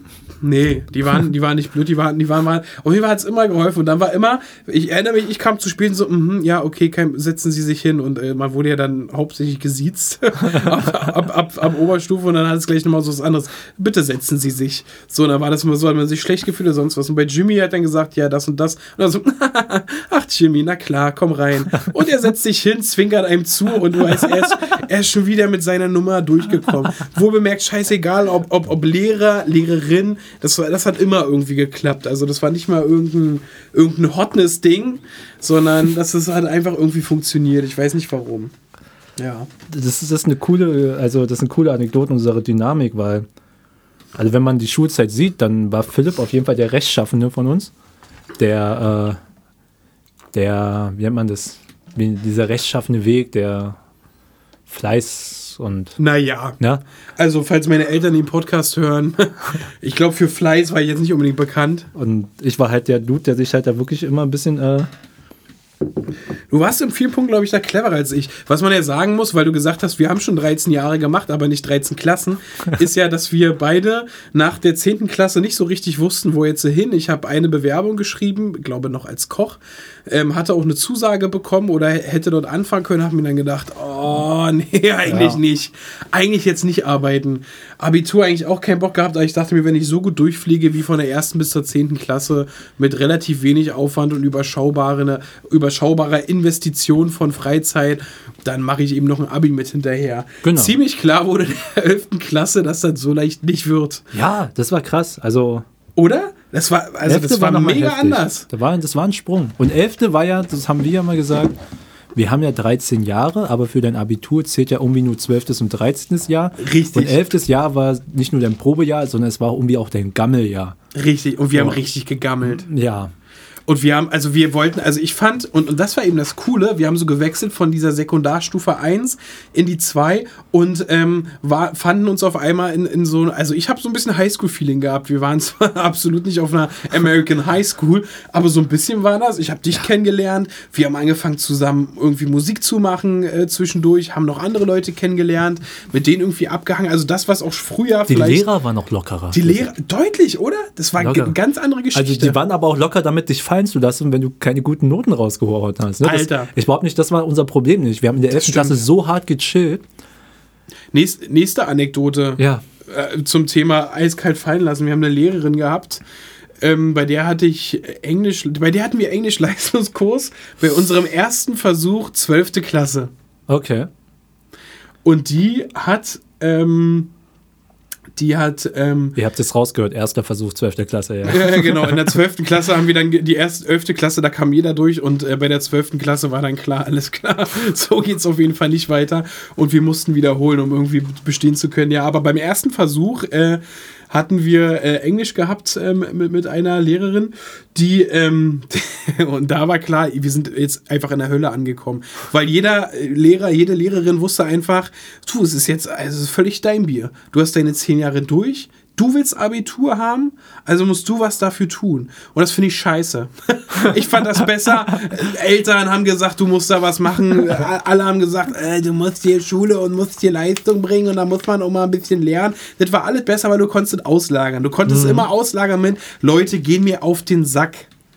Nee, die waren, die waren nicht blöd, die waren, die waren mal, auf jeden Fall hat es immer geholfen und dann war immer, ich erinnere mich, ich kam zu spät und so, mm, ja, okay, kein, setzen Sie sich hin und äh, man wurde ja dann hauptsächlich gesiezt ab, ab, ab, ab Oberstufe und dann hat es gleich nochmal so was anderes, bitte setzen Sie sich. So, und dann war das immer so, hat man sich schlecht gefühlt oder sonst was und bei Jimmy hat dann gesagt, ja, das und das und dann so, ach Jimmy, na klar, komm rein. Und er setzt sich hin, zwinkert einem zu und du weißt, er ist, er ist schon wieder mit seiner Nummer durchgekommen. Wo bemerkt, scheißegal, ob, ob, ob Lehrer, Lehrerin, Das, war, das hat immer irgendwie geklappt. Also das war nicht mal irgendein, irgendein Hotness-Ding, sondern das ist, hat einfach irgendwie funktioniert. Ich weiß nicht warum. Ja. Das ist, das ist eine coole, also das ist eine coole Anekdote unserer Dynamik, weil, also wenn man die Schulzeit sieht, dann war Philipp auf jeden Fall der Rechtschaffene von uns. Der, äh, der, wie nennt man das? Wie, dieser rechtschaffene Weg, der Fleiß und. Naja. Ja? Also, falls meine Eltern den Podcast hören, ich glaube, für Fleiß war ich jetzt nicht unbedingt bekannt. Und ich war halt der Dude, der sich halt da wirklich immer ein bisschen. Äh, Du warst in vielen Punkten, glaube ich, da cleverer als ich. Was man ja sagen muss, weil du gesagt hast, wir haben schon dreizehn Jahre gemacht, aber nicht dreizehn Klassen, ist ja, dass wir beide nach der zehnten Klasse nicht so richtig wussten, wo jetzt hin. Ich habe eine Bewerbung geschrieben, glaube noch als Koch, ähm, hatte auch eine Zusage bekommen oder hätte dort anfangen können, habe mir dann gedacht, oh, nee, eigentlich Ja. nicht. Eigentlich jetzt nicht arbeiten. Abitur eigentlich auch keinen Bock gehabt, aber ich dachte mir, wenn ich so gut durchfliege wie von der ersten bis zur zehnten Klasse mit relativ wenig Aufwand und überschaubare, überschaubarer Investition von Freizeit, dann mache ich eben noch ein Abi mit hinterher. Genau. Ziemlich klar wurde in der elften Klasse, dass das so leicht nicht wird. ja, das war krass. Also. Oder? Das war, also elfte das war noch mal mega heftig. anders. Da war, das war ein Sprung. Und elfte war ja, das haben wir ja mal gesagt, wir haben ja dreizehn Jahre, aber für dein Abitur zählt ja irgendwie nur zwölftes und dreizehntes Jahr. Richtig. Und elftes Jahr war nicht nur dein Probejahr, sondern es war irgendwie auch dein Gammeljahr. Richtig, und wir Ja. haben richtig gegammelt. Ja. Und wir haben, also wir wollten, also ich fand, und, und das war eben das Coole, wir haben so gewechselt von dieser Sekundarstufe eins in die zwei und ähm, war, fanden uns auf einmal in, in so, also ich habe so ein bisschen Highschool-Feeling gehabt. Wir waren zwar absolut nicht auf einer American Highschool, aber so ein bisschen war das. Ich habe dich kennengelernt, wir haben angefangen zusammen irgendwie Musik zu machen äh, zwischendurch, haben noch andere Leute kennengelernt, mit denen irgendwie abgehangen. Also das, was auch früher Die vielleicht... Lehrer waren noch lockerer. Die Lehrer, deutlich, oder? Das war Locker. eine ganz andere Geschichte. Also die waren aber auch locker damit, dich fallen zu lassen, wenn du keine guten Noten rausgeholt hast. Ne? Alter. Das, ich glaube nicht, das war unser Problem nicht. Wir haben in der elften stimmt. Klasse so hart gechillt. Nächste, nächste Anekdote Ja. äh, zum Thema eiskalt fallen lassen. Wir haben eine Lehrerin gehabt, ähm, bei der hatte ich Englisch, bei der hatten wir Englisch-Leistungskurs bei unserem ersten Versuch, zwölfte Klasse. Okay. Und die hat, ähm, die hat, ähm, Ihr habt es rausgehört, erster Versuch, zwölfte Klasse, ja. ja, genau, in der zwölften Klasse haben wir dann ge- die erste, elfte Klasse, da kam jeder durch und äh, bei der zwölften Klasse war dann klar, alles klar, so geht's auf jeden Fall nicht weiter und wir mussten wiederholen, um irgendwie bestehen zu können. Ja, aber beim ersten Versuch äh, hatten wir äh, Englisch gehabt ähm, mit, mit einer Lehrerin, die, ähm, und da war klar, wir sind jetzt einfach in der Hölle angekommen, weil jeder Lehrer, jede Lehrerin wusste einfach, du, es ist jetzt also es ist völlig dein Bier. Du hast deine zehn Jahre durch, du willst Abitur haben, also musst du was dafür tun. Und das finde ich scheiße. Ich fand das besser. Eltern haben gesagt, du musst da was machen. Alle haben gesagt, äh, du musst hier Schule und musst hier Leistung bringen und da muss man auch mal ein bisschen lernen. Das war alles besser, weil du konntest es auslagern. Du konntest Mhm. immer auslagern mit, Leute gehen mir auf den Sack.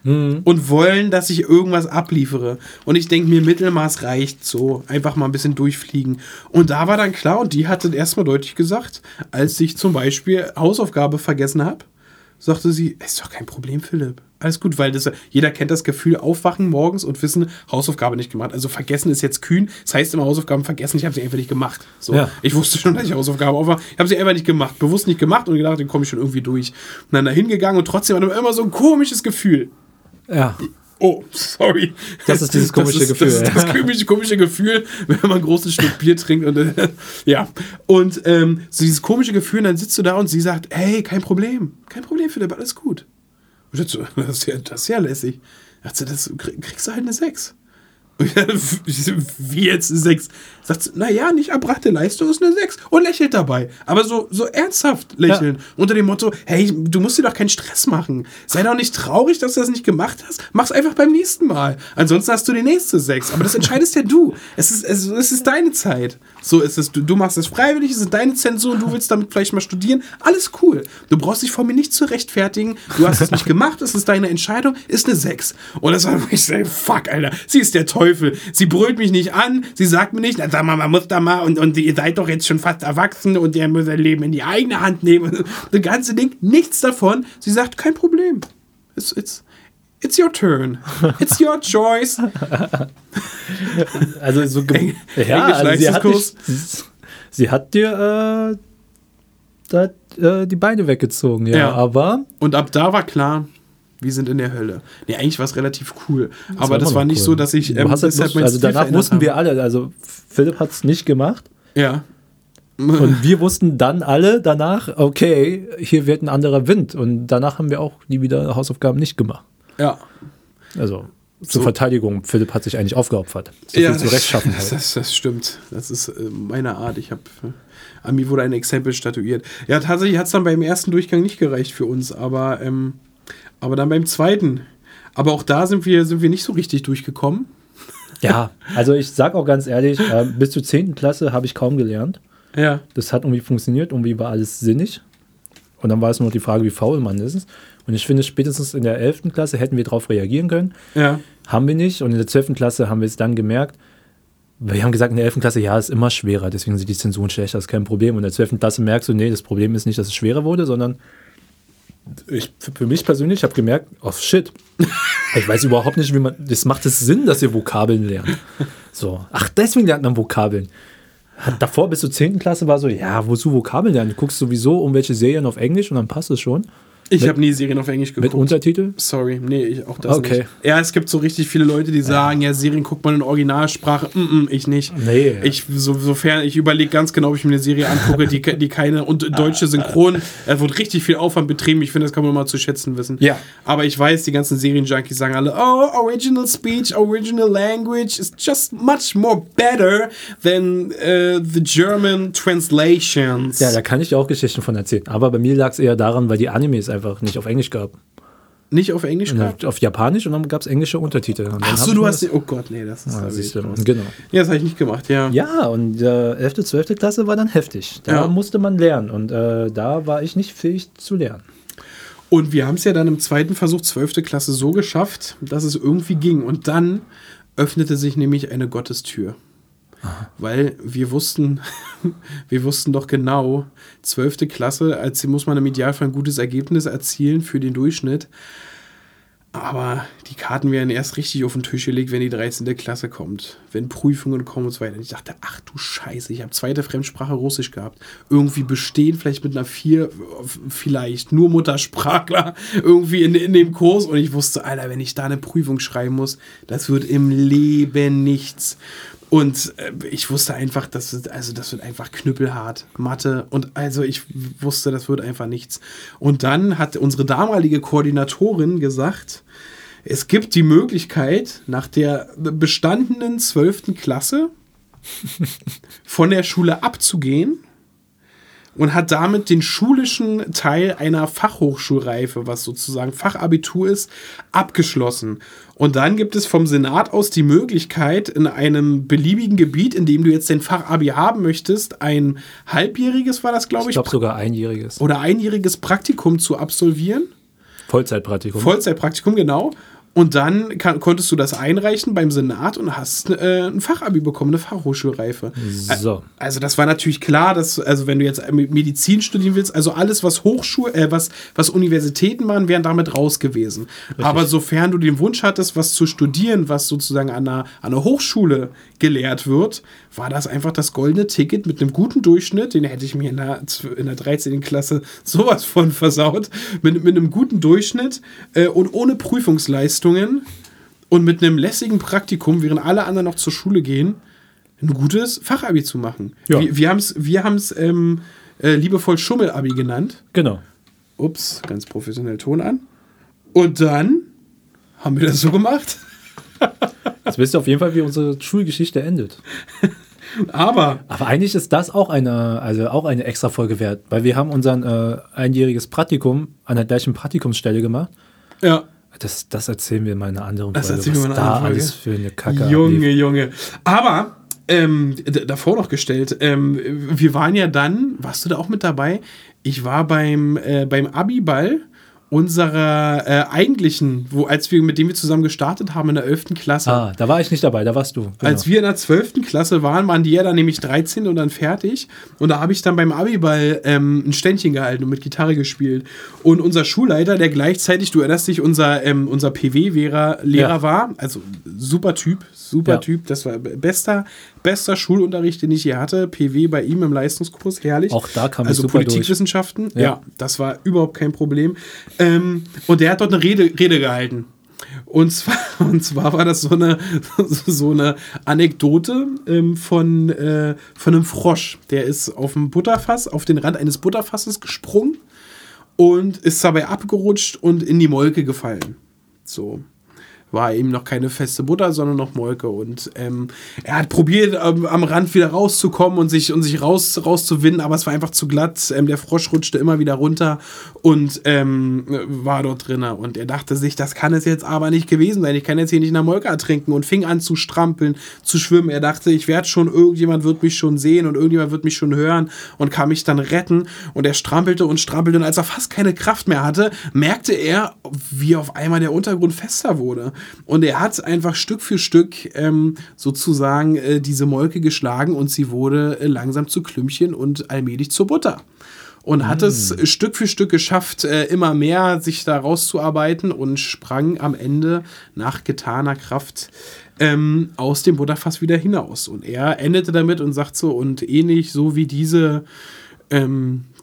Und wollen, dass ich irgendwas abliefere. Und ich denke mir, Mittelmaß reicht so. Einfach mal ein bisschen durchfliegen. Und da war dann klar, und die hatte erstmal deutlich gesagt, als ich zum Beispiel Hausaufgabe vergessen habe, sagte sie, ist doch kein Problem, Philipp. Alles gut, weil das, jeder kennt das Gefühl, aufwachen morgens und wissen, Hausaufgabe nicht gemacht. Also vergessen ist jetzt kühn. Das heißt immer Hausaufgaben vergessen, ich habe sie einfach nicht gemacht. So. Ja. Ich wusste schon, dass ich Hausaufgaben aufwache. Ich habe sie einfach nicht gemacht. Bewusst nicht gemacht und gedacht, dann komme ich schon irgendwie durch. Und dann da hingegangen und trotzdem war immer so ein komisches Gefühl. Ja. Oh, sorry. Das ist dieses komische das ist, Gefühl, Das ist ja. das komische, komische Gefühl, wenn man einen großen Schluck Bier trinkt. Und äh, ja. Und ähm, so dieses komische Gefühl, und dann sitzt du da und sie sagt, hey, kein Problem. Kein Problem, Philipp, alles gut. Und ich dachte so, das ist ja, das ist ja lässig. Ich dachte, das kriegst du halt eine sechs. Und ich so, wie jetzt eine sechs? Sagt sie, naja, nicht erbrachte Leistung ist eine sechs. Und lächelt dabei. Aber so, so ernsthaft lächeln. Ja. Unter dem Motto, hey, du musst dir doch keinen Stress machen. Sei doch nicht traurig, dass du das nicht gemacht hast. Mach's einfach beim nächsten Mal. Ansonsten hast du die nächste sechs. Aber das entscheidest ja du. Es ist, es, es ist deine Zeit. So ist es. Du, du machst es freiwillig, es ist deine Zensur und du willst damit vielleicht mal studieren. Alles cool. Du brauchst dich vor mir nicht zu rechtfertigen. Du hast es nicht gemacht, es ist deine Entscheidung. Ist eine sechs. Und das war wirklich so, fuck, Alter. Sie ist der Teufel. Sie brüllt mich nicht an, sie sagt mir nicht, na, sag mal, man muss da mal und, und ihr seid doch jetzt schon fast erwachsen und ihr müsst sein Leben in die eigene Hand nehmen. Und das ganze Ding, nichts davon. Sie sagt, kein Problem. It's, it's, it's your turn. It's your choice. Also so Eng- ja, also sie, hat Englisch-Leistungskurs. dich, sie hat dir äh, da, äh, die Beine weggezogen, ja, Ja. aber Und ab da war klar, wir sind in der Hölle. Nee, eigentlich war es relativ cool. Aber war das immer war noch nicht cool. so, dass ich Du ähm, hast halt deshalb bloß- meinen also Stil danach verändert wussten habe. wir alle, also Philipp hat es nicht gemacht. Ja. Und wir wussten dann alle danach, okay, hier wird ein anderer Wind. Und danach haben wir auch nie wieder Hausaufgaben nicht gemacht. Ja. Also zur So. Verteidigung, Philipp hat sich eigentlich aufgeopfert. So Ja, viel zu Rechtschaffen. das, das, das stimmt. Das ist äh, meine Art. Ich habe äh, an mir wurde ein Exempel statuiert. Ja, tatsächlich hat es dann beim ersten Durchgang nicht gereicht für uns, aber, ähm, aber dann beim zweiten. Aber auch da sind wir, sind wir nicht so richtig durchgekommen. Ja, also ich sag auch ganz ehrlich, äh, bis zur zehnten Klasse habe ich kaum gelernt. Ja. Das hat irgendwie funktioniert, irgendwie war alles sinnig. Und dann war es nur noch die Frage, wie faul man ist. Und ich finde, spätestens in der elften Klasse hätten wir darauf reagieren können. Ja. Haben wir nicht. Und in der zwölften Klasse haben wir es dann gemerkt. Wir haben gesagt, in der elften Klasse, ja, ist immer schwerer. Deswegen sind die Zensuren schlechter, das ist kein Problem. Und in der zwölften Klasse merkst du, nee, das Problem ist nicht, dass es schwerer wurde, sondern ich, für mich persönlich, ich habe gemerkt, oh shit, ich weiß überhaupt nicht, wie man, das macht es Sinn, dass ihr Vokabeln lernt. So, ach, deswegen lernt man Vokabeln. Davor bis zur zehnten Klasse war so, ja, wozu Vokabeln lernen? Du guckst sowieso irgendwelche Serien auf Englisch und dann passt es schon. Ich Mit- habe nie Serien auf Englisch Mit geguckt. Untertitel? Sorry, nee, ich, auch das Okay. nicht. Ja, es gibt so richtig viele Leute, die sagen, ja, Serien guckt man in Originalsprache. Mm -mm, ich nicht. Nee. Ich, so, sofern, ich überlege ganz genau, ob ich mir eine Serie angucke, die, die keine und deutsche Synchron, da wird richtig viel Aufwand betrieben. Ich finde, das kann man mal zu schätzen wissen. Ja. Aber ich weiß, die ganzen Serien-Junkies sagen alle, oh, original speech, original language is just much more better than uh, the German translations. Ja, da kann ich dir auch Geschichten von erzählen. Aber bei mir lag es eher daran, weil die Animes einfach nicht auf Englisch gab. Nicht auf Englisch gehabt? Auf Japanisch und dann gab es englische Untertitel. Und dann Ach hab so, ich du mir hast... das- Oh Gott, nee, das ist... Ah, da siehst bin du. ich raus. Genau. Ja, das habe ich nicht gemacht, ja. Ja, und äh, elfte, zwölfte Klasse war dann heftig. Da Ja. musste man lernen und äh, da war ich nicht fähig zu lernen. Und wir haben es ja dann im zweiten Versuch, zwölfte Klasse, so geschafft, dass es irgendwie ging. Und dann öffnete sich nämlich eine Gottestür. Weil wir wussten, wir wussten doch genau, zwölfte Klasse, als muss man im Idealfall ein gutes Ergebnis erzielen für den Durchschnitt. Aber die Karten werden erst richtig auf den Tisch gelegt, wenn die dreizehnte Klasse kommt. Wenn Prüfungen kommen und so weiter. Und ich dachte, ach du Scheiße, ich habe zweite Fremdsprache Russisch gehabt. Irgendwie bestehen, vielleicht mit einer vier, vielleicht nur Muttersprachler irgendwie in, in dem Kurs. Und ich wusste, Alter, wenn ich da eine Prüfung schreiben muss, das wird im Leben nichts. Und äh, ich wusste einfach, das wird, also das wird einfach knüppelhart. Mathe. Und also ich wusste, das wird einfach nichts. Und dann hat unsere damalige Koordinatorin gesagt, es gibt die Möglichkeit, nach der bestandenen zwölften Klasse von der Schule abzugehen und hat damit den schulischen Teil einer Fachhochschulreife, was sozusagen Fachabitur ist, abgeschlossen. Und dann gibt es vom Senat aus die Möglichkeit, in einem beliebigen Gebiet, in dem du jetzt den Fachabi haben möchtest, ein halbjähriges, war das, glaube Ich ich, glaube sogar einjähriges. oder einjähriges Praktikum zu absolvieren. Vollzeitpraktikum. Vollzeitpraktikum, genau. Und dann kann, konntest du das einreichen beim Senat und hast äh, ein Fachabi bekommen, eine Fachhochschulreife. So. Also das war natürlich klar, dass, also wenn du jetzt Medizin studieren willst, also alles, was Hochschul, äh, was, was Universitäten waren, wären damit raus gewesen. Aber sofern du den Wunsch hattest, was zu studieren, was sozusagen an einer, an einer Hochschule gelehrt wird, war das einfach das goldene Ticket mit einem guten Durchschnitt, den hätte ich mir in der, in der dreizehnten Klasse sowas von versaut, mit, mit einem guten Durchschnitt äh, und ohne Prüfungsleistung und mit einem lässigen Praktikum, während alle anderen noch zur Schule gehen, ein gutes Fachabi zu machen. Ja. Wir, wir haben es wir haben's, ähm, äh, liebevoll Schummelabi genannt. Genau. Ups, ganz professionell Ton an. Und dann haben wir das so gemacht. Jetzt wisst ihr auf jeden Fall, wie unsere Schulgeschichte endet. Aber Aber eigentlich ist das auch eine, also auch eine extra Folge wert, weil wir haben unser äh, einjähriges Praktikum an der gleichen Praktikumsstelle gemacht. ja, Das, das erzählen wir mal in einer anderen Das Folge, erzählen wir was in einer da anderen Folge. alles für eine Kacke Junge, ablief. Junge. Aber ähm, d- davor noch gestellt, ähm, wir waren ja dann, warst du da auch mit dabei? Ich war beim, äh, beim Abiball unserer äh, eigentlichen, wo, als wir mit dem wir zusammen gestartet haben in der elften Klasse. Ah, da war ich nicht dabei, da warst du. Genau. Als wir in der zwölften Klasse waren, waren die ja dann nämlich dreizehn und dann fertig. Und da habe ich dann beim Abiball ähm, ein Ständchen gehalten und mit Gitarre gespielt. Und unser Schulleiter, der gleichzeitig, du erinnerst dich, unser, ähm, unser P W-Lehrer Ja. war, also super Typ, super Ja. Typ. Das war bester, bester Schulunterricht, den ich hier hatte. P W bei ihm im Leistungskurs, herrlich. Auch da kam ich Also super Politikwissenschaften, ja. Ja. das war überhaupt kein Problem. Ähm, und der hat dort eine Rede, Rede gehalten. Und zwar, und zwar war das so eine, so eine Anekdote ähm, von, äh, von einem Frosch. Der ist auf dem Butterfass, auf den Rand eines Butterfasses gesprungen und ist dabei abgerutscht und in die Molke gefallen. So. War eben noch keine feste Butter, sondern noch Molke. Und ähm, er hat probiert, ähm, am Rand wieder rauszukommen und sich, und sich raus, rauszuwinden, aber es war einfach zu glatt. Ähm, der Frosch rutschte immer wieder runter und ähm, war dort drin. Und er dachte sich, das kann es jetzt aber nicht gewesen sein. Ich kann jetzt hier nicht in der Molke ertrinken, und fing an zu strampeln, zu schwimmen. Er dachte, ich werde schon, irgendjemand wird mich schon sehen und irgendjemand wird mich schon hören und kann mich dann retten. Und er strampelte und strampelte. Und als er fast keine Kraft mehr hatte, merkte er, wie auf einmal der Untergrund fester wurde. Und er hat einfach Stück für Stück ähm, sozusagen äh, diese Molke geschlagen und sie wurde äh, langsam zu Klümpchen und allmählich zur Butter. Und hat es Stück für Stück geschafft, äh, immer mehr sich da rauszuarbeiten und sprang am Ende nach getaner Kraft ähm, aus dem Butterfass wieder hinaus. Und er endete damit und sagt so, und ähnlich so wie diese ähm,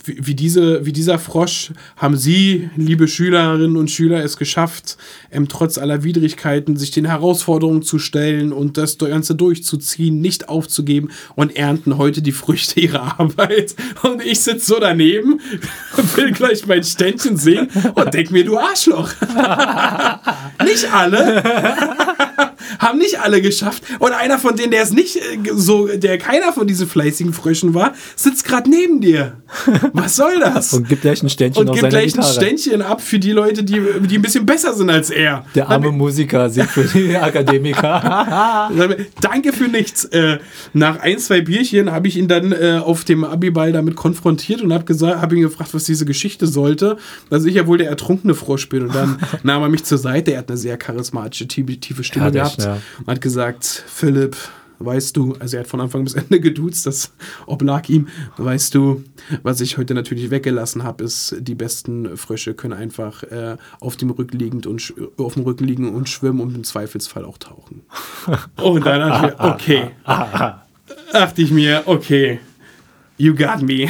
wie, wie, diese, wie dieser Frosch haben Sie, liebe Schülerinnen und Schüler, es geschafft, ähm, trotz aller Widrigkeiten sich den Herausforderungen zu stellen und das Ganze durchzuziehen, nicht aufzugeben und ernten heute die Früchte ihrer Arbeit. Und ich sitze so daneben, will gleich mein Ständchen sehen und denk mir, du Arschloch. Nicht alle. Haben nicht alle geschafft. Und einer von denen, der es nicht so, der keiner von diesen fleißigen Fröschen war, sitzt gerade neben dir. Was soll das? Und gibt gleich ein Ständchen Und auf gibt seiner gleich ein Gitarre. Ständchen ab für die Leute, die, die ein bisschen besser sind als er. Der arme Musiker singt für die Akademiker. Danke für nichts. Äh, nach ein, zwei Bierchen habe ich ihn dann äh, auf dem Abiball damit konfrontiert und habe gesagt, habe ihn gefragt, was diese Geschichte sollte, dass ich ja wohl der ertrunkene Frosch bin. Und dann nahm er mich zur Seite. Er hat eine sehr charismatische, tiefe, tiefe Stimme Ja, gehabt echt, ja. und hat gesagt, Philipp, weißt du, also er hat von Anfang bis Ende geduzt, das oblag ihm, weißt du, was ich heute natürlich weggelassen habe, ist, die besten Frösche können einfach äh, auf dem Rücken liegend und sch- auf dem Rücken liegen und schwimmen und im Zweifelsfall auch tauchen. Und dann dachte ich mir, okay, dachte ich mir, okay, you got me.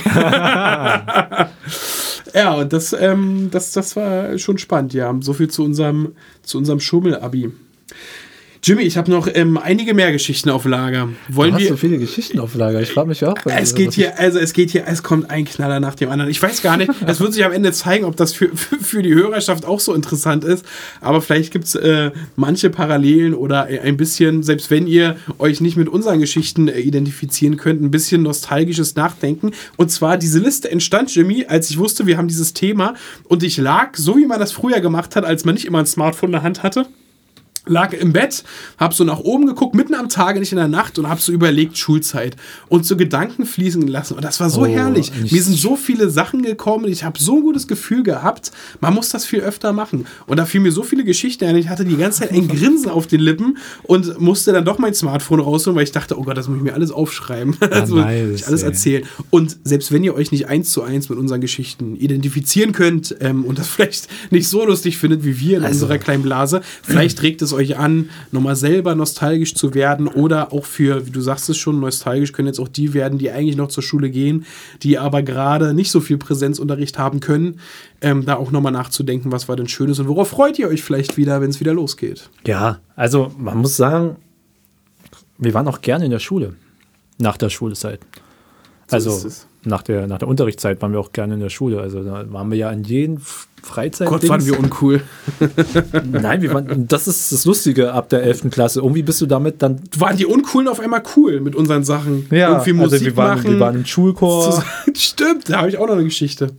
Ja, und das, ähm, das, das war schon spannend, ja. So viel zu unserem, zu unserem Schummel-Abi. Jimmy, ich habe noch ähm, einige mehr Geschichten auf Lager. Wollen Du hast wir? so viele Geschichten auf Lager. Ich frage mich auch. Es geht hier, also es geht hier, es kommt ein Knaller nach dem anderen. Ich weiß gar nicht, es wird sich am Ende zeigen, ob das für, für, für die Hörerschaft auch so interessant ist. Aber vielleicht gibt es äh, manche Parallelen oder ein bisschen, selbst wenn ihr euch nicht mit unseren Geschichten äh, identifizieren könnt, ein bisschen nostalgisches Nachdenken. Und zwar, diese Liste entstand, Jimmy, als ich wusste, wir haben dieses Thema. Und ich lag, so wie man das früher gemacht hat, als man nicht immer ein Smartphone in der Hand hatte, lag im Bett, hab so nach oben geguckt, mitten am Tage, nicht in der Nacht und hab so überlegt, Schulzeit und so Gedanken fließen gelassen und das war so Oh, herrlich. nicht- Mir sind so viele Sachen gekommen, ich habe so ein gutes Gefühl gehabt, man muss das viel öfter machen und da fielen mir so viele Geschichten ein, ich hatte die ganze Zeit ein Grinsen auf den Lippen und musste dann doch mein Smartphone rausholen, weil ich dachte, oh Gott, das muss ich mir alles aufschreiben, das muss nice, ich alles ey. erzählen und selbst wenn ihr euch nicht eins zu eins mit unseren Geschichten identifizieren könnt ähm, und das vielleicht nicht so lustig findet wie wir in Also. unserer kleinen Blase, vielleicht regt es euch an, nochmal selber nostalgisch zu werden oder auch für, wie du sagst es schon, nostalgisch können jetzt auch die werden, die eigentlich noch zur Schule gehen, die aber gerade nicht so viel Präsenzunterricht haben können, ähm, da auch nochmal nachzudenken, was war denn Schönes und worauf freut ihr euch vielleicht wieder, wenn es wieder losgeht? Ja, also man muss sagen, wir waren auch gerne in der Schule. Nach der Schulzeit. Also ist es. nach der, nach der Unterrichtszeit waren wir auch gerne in der Schule. Also da waren wir ja in jedem Freizeit. Gott, waren wir uncool. Nein, wir waren, das ist das Lustige ab der elften Klasse. Irgendwie bist du damit dann. Waren die Uncoolen auf einmal cool mit unseren Sachen? Ja, Irgendwie Musik also wir waren, machen. wir waren im Schulchor. Stimmt, da habe ich auch noch eine Geschichte.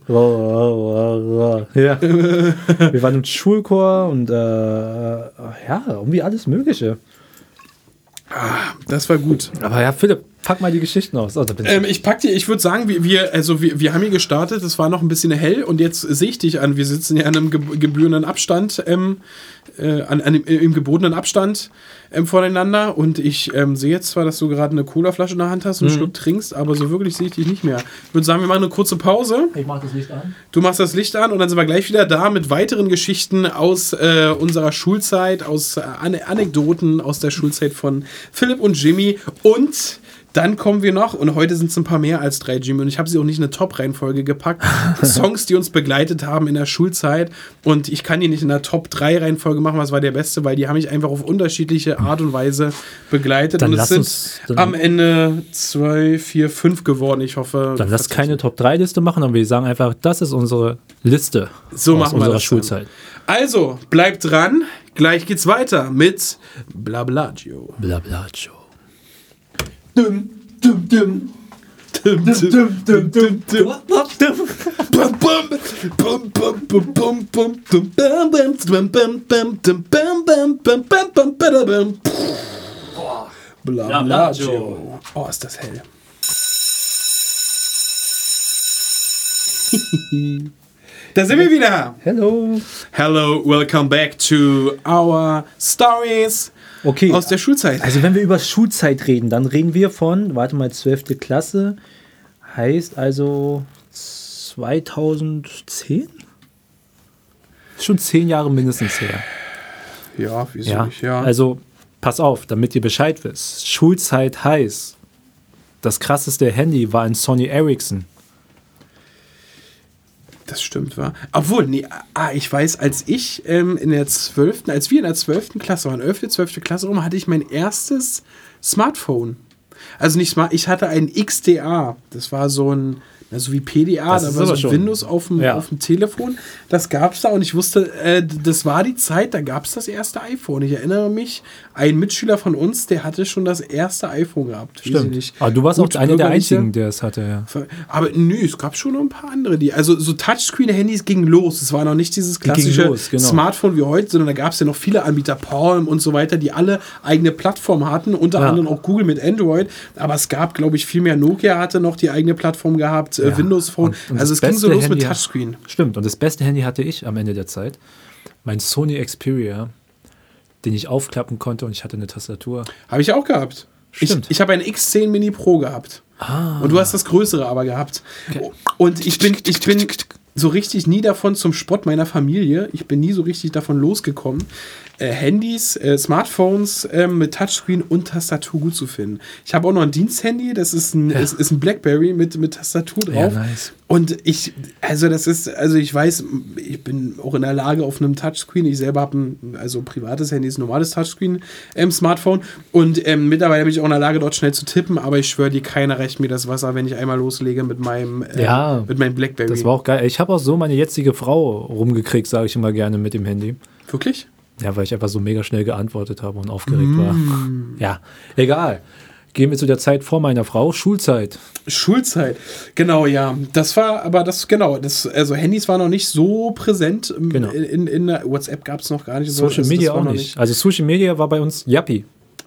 Ja. Wir waren im Schulchor und äh, ja, irgendwie alles Mögliche. Das war gut. Aber ja, Philipp, pack mal die Geschichten aus. Oh, da bin ich. Ähm, ich pack dir, ich würde sagen, wir, wir, also wir, wir haben hier gestartet, es war noch ein bisschen hell und jetzt sehe ich dich an. Wir sitzen ja an einem ge gebührenden Abstand, ähm, äh, an, an dem, im gebotenen Abstand ähm, voneinander und ich ähm, sehe jetzt zwar, dass du gerade eine Colaflasche in der Hand hast und einen Schluck trinkst, aber so wirklich sehe ich dich nicht mehr. Ich würde sagen, wir machen eine kurze Pause. Ich mach das Licht an. Du machst das Licht an und dann sind wir gleich wieder da mit weiteren Geschichten aus äh, unserer Schulzeit, aus äh, Ane Anekdoten aus der Schulzeit von Philipp und Jimmy. Und dann kommen wir noch, und heute sind es ein paar mehr als drei, Jimmy, und ich habe sie auch nicht in eine Top-Reihenfolge gepackt. Songs, die uns begleitet haben in der Schulzeit. Und ich kann die nicht in einer Top drei Reihenfolge machen, was war der beste, weil die haben mich einfach auf unterschiedliche Art und Weise begleitet. Dann und es lass sind uns- dann- am Ende zwei, vier, fünf geworden. Ich hoffe. Dann lass keine Top drei Liste machen, aber wir sagen einfach, das ist unsere Liste So aus machen wir unserer das Schulzeit. Dann. Also, bleibt dran. Gleich geht's weiter mit Blablagio. Bla bla Joe. Dum, dum, dum. Dum, dum, dum, dum, dum. Bum, bum, bum, bum, bum, bum, bum, dum, bum, bum, dum, bum, bum, dum, bum, bum, bum, bum, bum, bada, bum. Blablagio. Oh, ist das hell. Da sind wir wieder. Hello. Hello, welcome back to our stories Okay. aus der Schulzeit. Also wenn wir über Schulzeit reden, dann reden wir von, warte mal, zwölfte Klasse, heißt also zweitausendzehn? Ist schon zehn Jahre mindestens her. Ja, wieso Ja, nicht, ja. also pass auf, damit ihr Bescheid wisst. Schulzeit heißt, das krasseste Handy war ein Sony Ericsson. Das stimmt, war. Obwohl, nee, ah, ich weiß, als ich ähm, in der zwölften, als wir in der zwölften Klasse waren, elfte, zwölfte Klasse rum, hatte ich mein erstes Smartphone. Also nicht Smart, ich hatte ein X D A. Das war so ein, also wie P D A, Das da ist war so aber ein schon- Windows auf dem, ja. auf dem Telefon. Das gab's da und ich wusste, äh, das war die Zeit, da gab's das erste iPhone. Ich erinnere mich, ein Mitschüler von uns, der hatte schon das erste iPhone gehabt. Weiß ich Stimmt. nicht. Aber du warst Gut, auch einer der bürgerliche- einzigen, der es hatte, ja. Aber nö, es gab schon noch ein paar andere, die. Also so Touchscreen-Handys gingen los. Es war noch nicht dieses klassische los, genau. Smartphone wie heute, sondern da gab es ja noch viele Anbieter, Palm und so weiter, die alle eigene Plattformen hatten, unter Ja. anderem auch Google mit Android. Aber es gab, glaube ich, viel mehr. Nokia hatte noch die eigene Plattform gehabt, äh, Ja. Windows Phone. Und- und also das es ging so beste los mit Handy- Touchscreen. Stimmt. Und das beste Handy hatte ich am Ende der Zeit. Mein Sony Xperia, den ich aufklappen konnte und ich hatte eine Tastatur. Habe ich auch gehabt. Ich, Stimmt. ich habe ein X zehn Mini Pro gehabt. Ah. Und du hast das Größere aber gehabt. Und ich bin, ich bin so richtig nie davon zum Spott meiner Familie. Ich bin nie so richtig davon losgekommen, äh, Handys, äh, Smartphones äh, mit Touchscreen und Tastatur gut zu finden. Ich habe auch noch ein Diensthandy, das ist ein, Ja. ist, ist ein Blackberry mit, mit Tastatur drauf. Ja, nice. Und ich, also das ist, also ich weiß, ich bin auch in der Lage auf einem Touchscreen. Ich selber habe ein, also privates Handy, ist ein normales Touchscreen ähm, Smartphone. Und ähm, mittlerweile bin ich auch in der Lage, dort schnell zu tippen. Aber ich schwöre dir, keiner reicht mir das Wasser, wenn ich einmal loslege mit meinem, ähm, Ja, mit meinem Blackberry. Das war auch geil. Ich habe auch so meine jetzige Frau rumgekriegt, sage ich immer gerne, mit dem Handy. Wirklich? Ja, weil ich einfach so mega schnell geantwortet habe und aufgeregt war. Ja, egal. Gehen wir zu der Zeit vor meiner Frau, Schulzeit. Schulzeit, genau, ja. Das war, aber das, genau, das, also Handys waren noch nicht so präsent. ähm, Genau. In, in, in der WhatsApp gab es noch gar nicht. so, Social also das Media war auch noch nicht. Also Social Media war bei uns Yappi.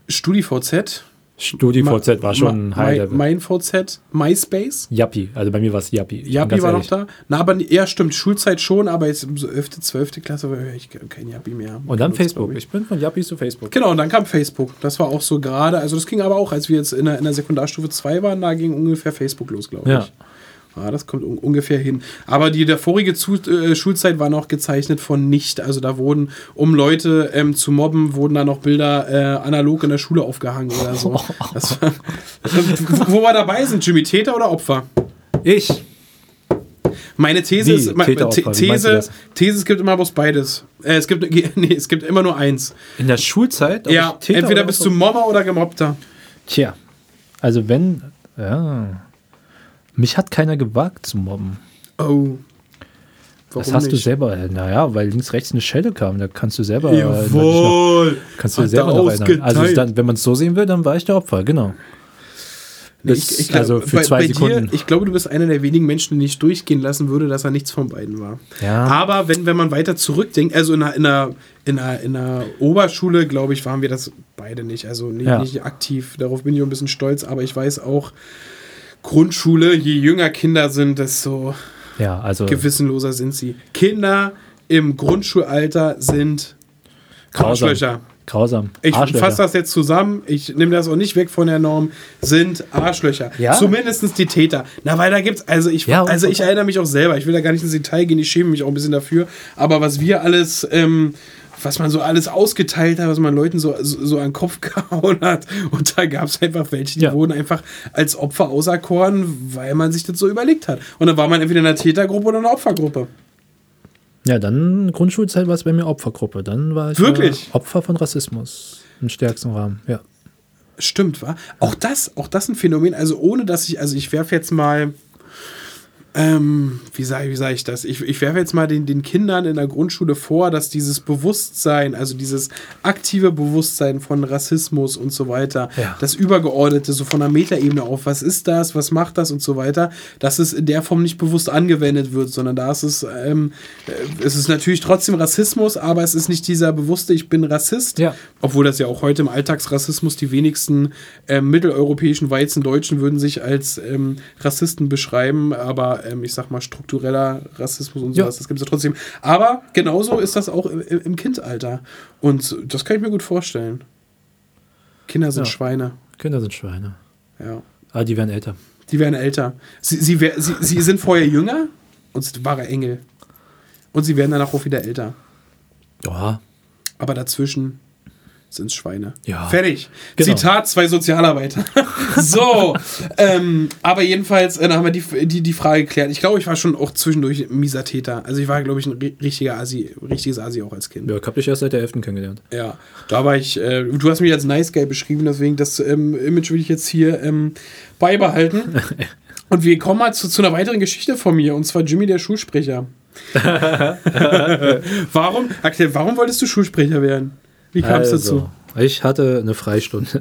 StudiVZ. StudiVZ war schon Ma- High mein, Level. mein V Z, MySpace. Yappi, also bei mir war es Yappi. Ich bin Yappi ganz war ehrlich. noch da. Na, aber ja, stimmt, Schulzeit schon, aber jetzt so elfte, zwölfte Klasse war ich kein Yappi mehr. Und dann Benutzt, Facebook. glaub ich. Ich bin von Yappi zu Facebook. Genau, und dann kam Facebook. Das war auch so gerade, also das ging aber auch, als wir jetzt in der, in der Sekundarstufe zwei waren, da ging ungefähr Facebook los, glaube Ja. ich. Ja, das kommt un ungefähr hin. Aber die der vorige Zu äh, Schulzeit war noch gezeichnet von nicht. Also da wurden, um Leute ähm, zu mobben, wurden da noch Bilder äh, analog in der Schule aufgehangen oder so. Das war, wo wir dabei sind, Jimmy, Täter oder Opfer? Ich. Meine These Wie? ist, me- Täter, The- Opfer, wie meinst du These, das? These, es gibt immer bloß beides. Äh, es gibt, nee, es gibt immer nur eins. In der Schulzeit? ob Ja, ich Täter entweder oder bist Opfer- du Mobber oder Gemobbter. Tja, also wenn, ja, mich hat keiner gewagt zu mobben. Oh. Warum Das hast du nicht? selber, äh, naja, weil links, rechts eine Schelle kam, da kannst du selber, äh, Jawohl. kannst du Hat selber er noch erinnern. Also ausgeteilt. dann, wenn man es so sehen will, dann war ich der Opfer, genau. Nee, Das- ich, ich glaub, also für bei, zwei bei Sekunden. Dir, ich glaube, du bist einer der wenigen Menschen, die nicht durchgehen lassen würde, dass er nichts von beiden war. Ja. Aber wenn, wenn man weiter zurückdenkt, also in einer, in einer, in einer, in einer Oberschule, glaube ich, waren wir das beide nicht. Also nicht, Ja. nicht aktiv. Darauf bin ich auch ein bisschen stolz. Aber ich weiß auch, Grundschule, je jünger Kinder sind, desto Ja, also gewissenloser sind sie. Kinder im Grundschulalter sind grausam. Arschlöcher. Grausam. Ich Arschlöcher. fasse das jetzt zusammen, ich nehme das auch nicht weg von der Norm, sind Arschlöcher. Ja? Zumindest die Täter. Na, weil da gibt's, also ich, Ja, also ich erinnere mich auch selber, ich will da gar nicht ins Detail gehen, ich schäme mich auch ein bisschen dafür, aber was wir alles, ähm, was man so alles ausgeteilt hat, was man Leuten so, so, so an den Kopf gehauen hat. Und da gab es einfach welche, die Ja. wurden einfach als Opfer auserkoren, weil man sich das so überlegt hat. Und dann war man entweder in einer Tätergruppe oder in einer Opfergruppe. Ja, dann Grundschulzeit war es bei mir Opfergruppe. Dann war ich Wirklich? äh, Opfer von Rassismus im stärksten Rahmen. Ja. Stimmt, wa? Auch das, auch das ein Phänomen, also ohne dass ich, also ich werfe jetzt mal, ähm, wie sage wie sag ich das? Ich, ich werfe jetzt mal den, den Kindern in der Grundschule vor, dass dieses Bewusstsein, also dieses aktive Bewusstsein von Rassismus und so weiter, Ja. das Übergeordnete, so von der Metaebene auf, was ist das, was macht das und so weiter, dass es in der Form nicht bewusst angewendet wird, sondern da ist es, ähm, äh, es ist natürlich trotzdem Rassismus, aber es ist nicht dieser bewusste, ich bin Rassist, Ja. obwohl das ja auch heute im Alltagsrassismus die wenigsten ähm, mitteleuropäischen weißen Deutschen würden sich als ähm, Rassisten beschreiben, aber ähm, ich sag mal struktureller Rassismus und Ja. sowas, das gibt es ja trotzdem. Aber genauso ist das auch im, im Kindalter. Und das kann ich mir gut vorstellen. Kinder sind Ja. Schweine. Kinder sind Schweine. Ja. Aber die werden älter. Die werden älter. Sie, sie, wer- sie, sie sind vorher jünger und sind wahre Engel. Und sie werden danach auch wieder älter. Ja. Aber dazwischen sind's Schweine. Ja. Fertig. Genau. Zitat, zwei Sozialarbeiter. So. ähm, aber jedenfalls, äh, dann haben wir die, die, die Frage geklärt. Ich glaube, ich war schon auch zwischendurch ein mieser Täter. Also ich war, glaube ich, ein ri- richtiger Asi, richtiges Asi auch als Kind. Ja, ich hab dich erst seit der elften kennengelernt. Ja, da war ich, äh, du hast mich als Nice Guy beschrieben, deswegen das ähm, Image will ich jetzt hier ähm, beibehalten. Und wir kommen mal zu, zu einer weiteren Geschichte von mir, und zwar Jimmy, der Schulsprecher. warum, erklär, warum wolltest du Schulsprecher werden? Wie kam es Also, dazu? ich hatte eine Freistunde.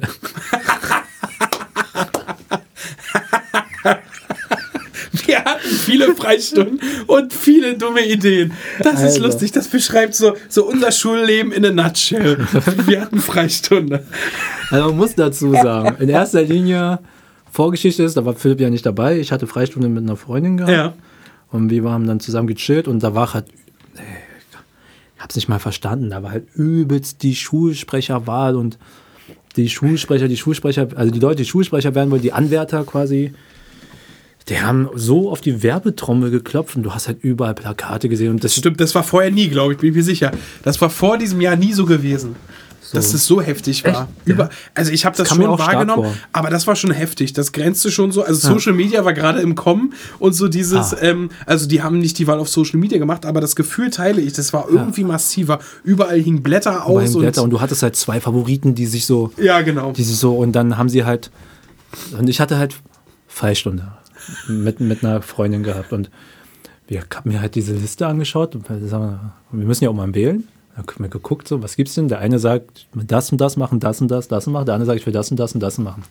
Wir hatten viele Freistunden und viele dumme Ideen. Das ist Also. lustig, das beschreibt so, so unser Schulleben in a nutshell. Wir hatten Freistunde. Also man muss dazu sagen, in erster Linie, Vorgeschichte ist, da war Philipp ja nicht dabei, ich hatte Freistunde mit einer Freundin gehabt. Ja. Und wir haben dann zusammen gechillt und da war halt, ich hab's nicht mal verstanden, da war halt übelst die Schulsprecherwahl und die Schulsprecher, die Schulsprecher, also die Leute, die Schulsprecher werden wollen, die Anwärter quasi, die haben so auf die Werbetrommel geklopft und du hast halt überall Plakate gesehen und das Stimmt, das war vorher nie, glaube ich, bin ich mir sicher. Das war vor diesem Jahr nie so gewesen. Dass es so heftig war. Über, also ich habe das, kam schon mir auch stark wahrgenommen, vor. aber das war schon heftig. Das grenzte schon so. Also Social Media war gerade im Kommen und so dieses, Ah. ähm, also die haben nicht die Wahl auf Social Media gemacht, aber das Gefühl teile ich. Das war irgendwie massiver. Überall hingen Blätter aus. Überall Und, Blätter und du hattest halt zwei Favoriten, die sich so, ja, genau. die sich so und dann haben sie halt, und ich hatte halt Freistunde mit, mit einer Freundin gehabt und wir haben mir halt diese Liste angeschaut und wir sagen, wir müssen ja auch mal wählen. Dann haben wir geguckt, so, was gibt's denn? Der eine sagt, das und das machen, das und das, das und machen. Der andere sagt, ich will das und das und das machen.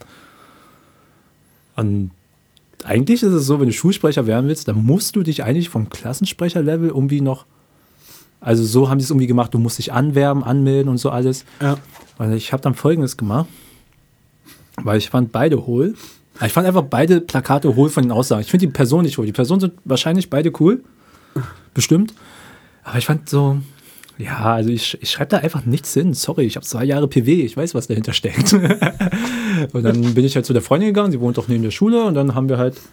Und eigentlich ist es so, wenn du Schulsprecher werden willst, dann musst du dich eigentlich vom Klassensprecherlevel irgendwie noch, also so haben die es irgendwie gemacht, du musst dich anwerben, anmelden und so alles. Ja. Und ich habe dann Folgendes gemacht, weil ich fand beide hohl. Ich fand einfach beide Plakate hohl von den Aussagen. Ich finde die Person nicht hohl. Die Personen sind wahrscheinlich beide cool. Bestimmt. Aber ich fand so, ja, also ich, ich schreibe da einfach nichts hin. Sorry, ich habe zwei Jahre P W. Ich weiß, was dahinter steckt. Und dann bin ich halt zu der Freundin gegangen. Sie wohnt auch neben der Schule. Und dann haben wir halt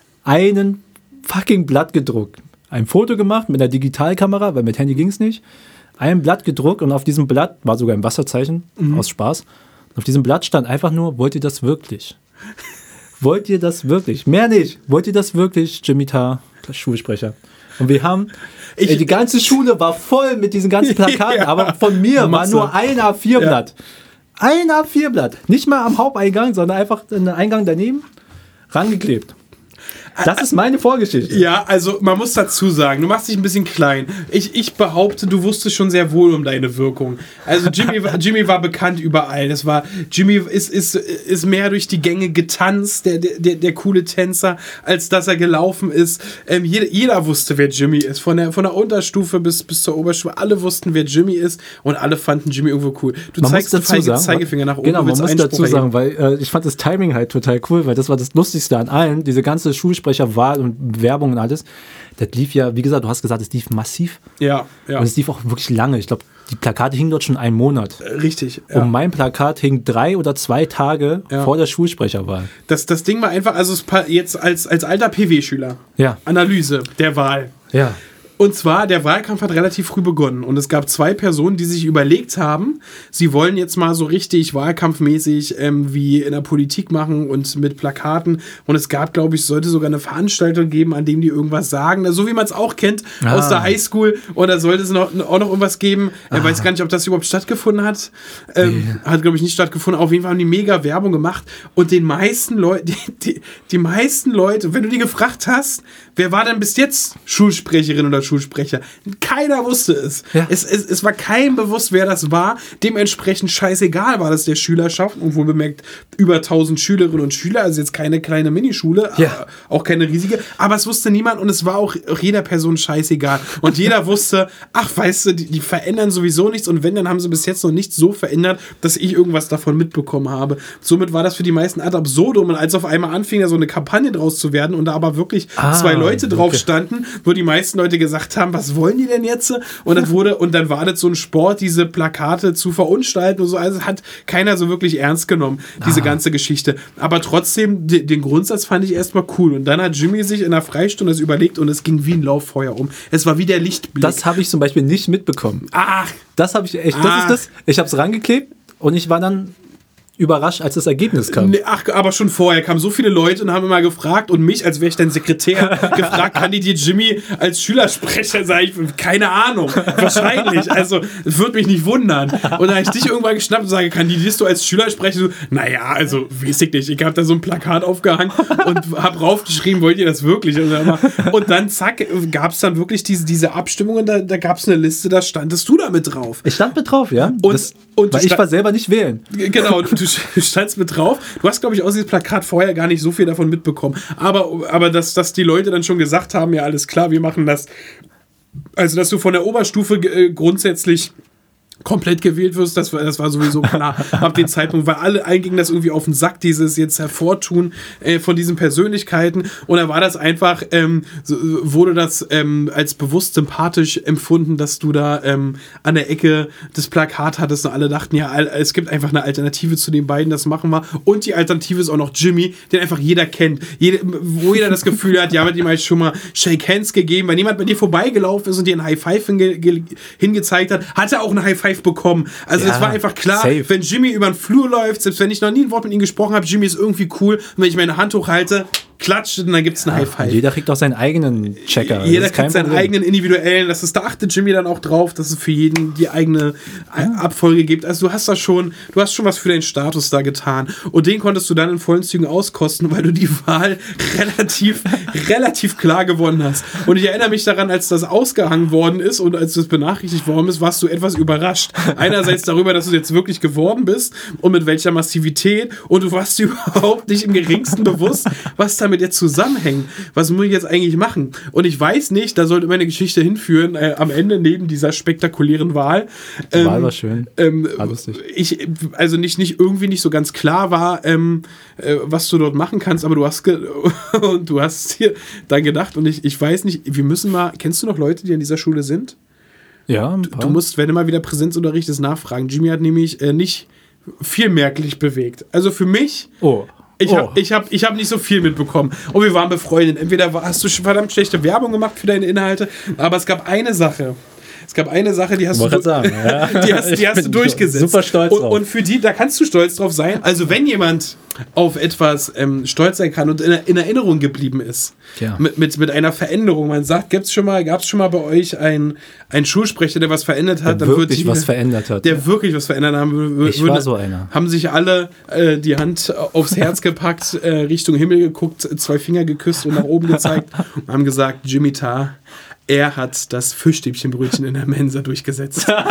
einen fucking Blatt gedruckt. Ein Foto gemacht mit einer Digitalkamera, weil mit Handy ging es nicht. Ein Blatt gedruckt und auf diesem Blatt war sogar ein Wasserzeichen aus Spaß. Und auf diesem Blatt stand einfach nur, wollt ihr das wirklich? Wollt ihr das wirklich? Mehr nicht. Wollt ihr das wirklich? Jimmy Tarr, Schulsprecher. Und wir haben, Ich- ey, die ganze Schule war voll mit diesen ganzen Plakaten, Ja. aber von mir war Masse. nur ein A vier Blatt. Ein A vier Blatt. Nicht mal am Haupteingang, sondern einfach in den Eingang daneben rangeklebt. Das ist meine Vorgeschichte. Ja, also man muss dazu sagen, du machst dich ein bisschen klein. Ich, ich behaupte, du wusstest schon sehr wohl um deine Wirkung. Also Jimmy, war- Jimmy war bekannt überall. Das war, Jimmy ist, ist, ist mehr durch die Gänge getanzt, der, der, der coole Tänzer, als dass er gelaufen ist. Ähm, jeder, jeder wusste, wer Jimmy ist. Von der, von der Unterstufe bis, bis zur Oberstufe. Alle wussten, wer Jimmy ist und alle fanden Jimmy irgendwo cool. Du Man zeigst muss dazu Zeige, sagen, Zeigefinger nach oben. genau, man willst muss Einspruch dazu erheben. sagen, weil äh, ich fand das Timing halt total cool, weil das war das Lustigste an allen, diese ganze Schulsprecherwahl und Werbung und alles. Das lief ja, wie gesagt, du hast gesagt, es lief massiv Ja, ja. und es lief auch wirklich lange. Ich glaube, die Plakate hingen dort schon einen Monat. Richtig. Ja. Und mein Plakat hing drei oder zwei Tage Ja. vor der Schulsprecherwahl. Das, das Ding war einfach, also es pa- jetzt als, als alter P W-Schüler. Ja. Analyse der Wahl. Ja. Und zwar, der Wahlkampf hat relativ früh begonnen und es gab zwei Personen, die sich überlegt haben, sie wollen jetzt mal so richtig wahlkampfmäßig ähm, wie in der Politik machen und mit Plakaten. Und es gab, glaube ich, es sollte sogar eine Veranstaltung geben, an dem die irgendwas sagen, so wie man es auch kennt Ah. aus der Highschool. Und da sollte es noch, auch noch irgendwas geben. Ich weiß gar nicht, ob das überhaupt stattgefunden hat. Ähm, Hat, glaube ich, nicht stattgefunden. Auf jeden Fall haben die mega Werbung gemacht. Und den meisten Leuten, die, die, die meisten Leute, wenn du die gefragt hast, wer war denn bis jetzt Schulsprecherin oder Schulsprecher? Keiner wusste es. Ja. Es, es. Es war keinem bewusst, wer das war. Dementsprechend scheißegal war das der Schülerschaft. Und wohl bemerkt, über tausend Schülerinnen und Schüler. Also jetzt keine kleine Minischule, Ja. äh, auch keine riesige. Aber es wusste niemand und es war auch, auch jeder Person scheißegal. Und jeder wusste, ach, weißt du, die, die verändern sowieso nichts. Und wenn, dann haben sie bis jetzt noch nichts so verändert, dass ich irgendwas davon mitbekommen habe. Somit war das für die meisten ad absurdum. Und als auf einmal anfing, da so eine Kampagne draus zu werden und da aber wirklich Ah, zwei Leute drauf okay. standen, wo die meisten Leute gesagt haben, was wollen die denn jetzt? Und das wurde, und dann war das so ein Sport, diese Plakate zu verunstalten und so. Also hat keiner so wirklich ernst genommen, diese Ah. ganze Geschichte. Aber trotzdem, de, den Grundsatz fand ich erstmal cool. Und dann hat Jimmy sich in der Freistunde das überlegt und es ging wie ein Lauffeuer um. Es war wie der Lichtblick. Das habe ich zum Beispiel nicht mitbekommen. Ach, Das habe ich echt, das Ah. ist das. Ich habe es rangeklebt und ich war dann überrascht, als das Ergebnis kam. Nee, ach, aber schon vorher kamen so viele Leute und haben immer gefragt und mich, als wäre ich dein Sekretär, gefragt, kandidiert Jimmy als Schülersprecher? Sag ich, keine Ahnung. Wahrscheinlich. Also, es würde mich nicht wundern. Und dann habe ich dich irgendwann geschnappt und sage, kandidierst du als Schülersprecher? So, naja, also, weiß ich nicht. Ich habe da so ein Plakat aufgehangen und habe raufgeschrieben, wollt ihr das wirklich? Und dann, und dann zack, gab es dann wirklich diese, diese Abstimmungen, da, da gab es eine Liste, da standest du da mit drauf. Ich stand mit drauf, ja. Und, das, und weil ich war selber nicht wählen. Genau, du Du standst mit drauf. Du hast, glaube ich, aus diesem Plakat vorher gar nicht so viel davon mitbekommen. Aber, aber dass, dass die Leute dann schon gesagt haben, ja, alles klar, wir machen das. Also, dass du von der Oberstufe äh, grundsätzlich komplett gewählt wirst, das war, das war sowieso klar ab dem Zeitpunkt, weil alle allen ging das irgendwie auf den Sack, dieses jetzt Hervortun äh, von diesen Persönlichkeiten, und da war das einfach, ähm, so, wurde das ähm, als bewusst sympathisch empfunden, dass du da ähm, an der Ecke das Plakat hattest und alle dachten, ja, es gibt einfach eine Alternative zu den beiden, das machen wir, und die Alternative ist auch noch Jimmy, den einfach jeder kennt, Jede, wo jeder das Gefühl hat, ja, mit ihm habe ich schon mal Shake Hands gegeben, wenn jemand bei dir vorbeigelaufen ist und dir ein High Five hinge hingezeigt hat, hat er auch ein High Five bekommen. Also es ja, war einfach klar, safe. Wenn Jimmy über den Flur läuft, selbst wenn ich noch nie ein Wort mit ihm gesprochen habe, Jimmy ist irgendwie cool, und wenn ich meine Hand hochhalte, klatscht und dann gibt es einen High Five. Jeder kriegt auch seinen eigenen Checker. Jeder kriegt seinen Problem. eigenen individuellen, das ist, da achtet Jimmy dann auch drauf, dass es für jeden die eigene ja. Abfolge gibt. Also du hast da schon, du hast schon was für deinen Status da getan. Und den konntest du dann in vollen Zügen auskosten, weil du die Wahl relativ, relativ klar gewonnen hast. Und ich erinnere mich daran, als das ausgehangen worden ist und als das benachrichtigt worden ist, warst du etwas überrascht. Einerseits darüber, dass du jetzt wirklich geworden bist und mit welcher Massivität, und du warst dir überhaupt nicht im geringsten bewusst, was damit jetzt zusammenhängt. Was muss ich jetzt eigentlich machen? Und ich weiß nicht, da sollte meine Geschichte hinführen, äh, am Ende neben dieser spektakulären Wahl. Die ähm, Wahl war schön. Ähm, war lustig. Ich, also nicht, nicht irgendwie nicht so ganz klar war, ähm, äh, was du dort machen kannst, aber du hast ge und du hast dir dann gedacht, und ich, ich weiß nicht, wir müssen mal, kennst du noch Leute, die an dieser Schule sind? Ja, ein paar. Du musst, wenn du mal wieder Präsenzunterricht ist, nachfragen. Jimmy hat nämlich äh, nicht viel merklich bewegt. Also für mich, oh. ich oh. habe ich hab, ich hab nicht so viel mitbekommen. Und wir waren befreundet. Entweder hast du verdammt schlechte Werbung gemacht für deine Inhalte, aber es gab eine Sache. Es gab eine Sache, die hast du, sagen, ja. die hast, die hast du durchgesetzt. Super stolz und, drauf. Und für die, da kannst du stolz drauf sein. Also wenn jemand auf etwas ähm, stolz sein kann und in, in Erinnerung geblieben ist, ja. mit, mit, mit einer Veränderung. Man sagt, gibt's schon mal, gab es schon mal bei euch einen, einen Schulsprecher, der was verändert hat? Der dann wirklich wird die, was verändert hat. Der ja. wirklich was verändert hat. Würde, ich war so einer. Haben sich alle äh, die Hand aufs Herz gepackt, äh, Richtung Himmel geguckt, zwei Finger geküsst und nach oben gezeigt und haben gesagt, Jimmy Tarr, er hat das Fischstäbchenbrötchen in der Mensa durchgesetzt. Und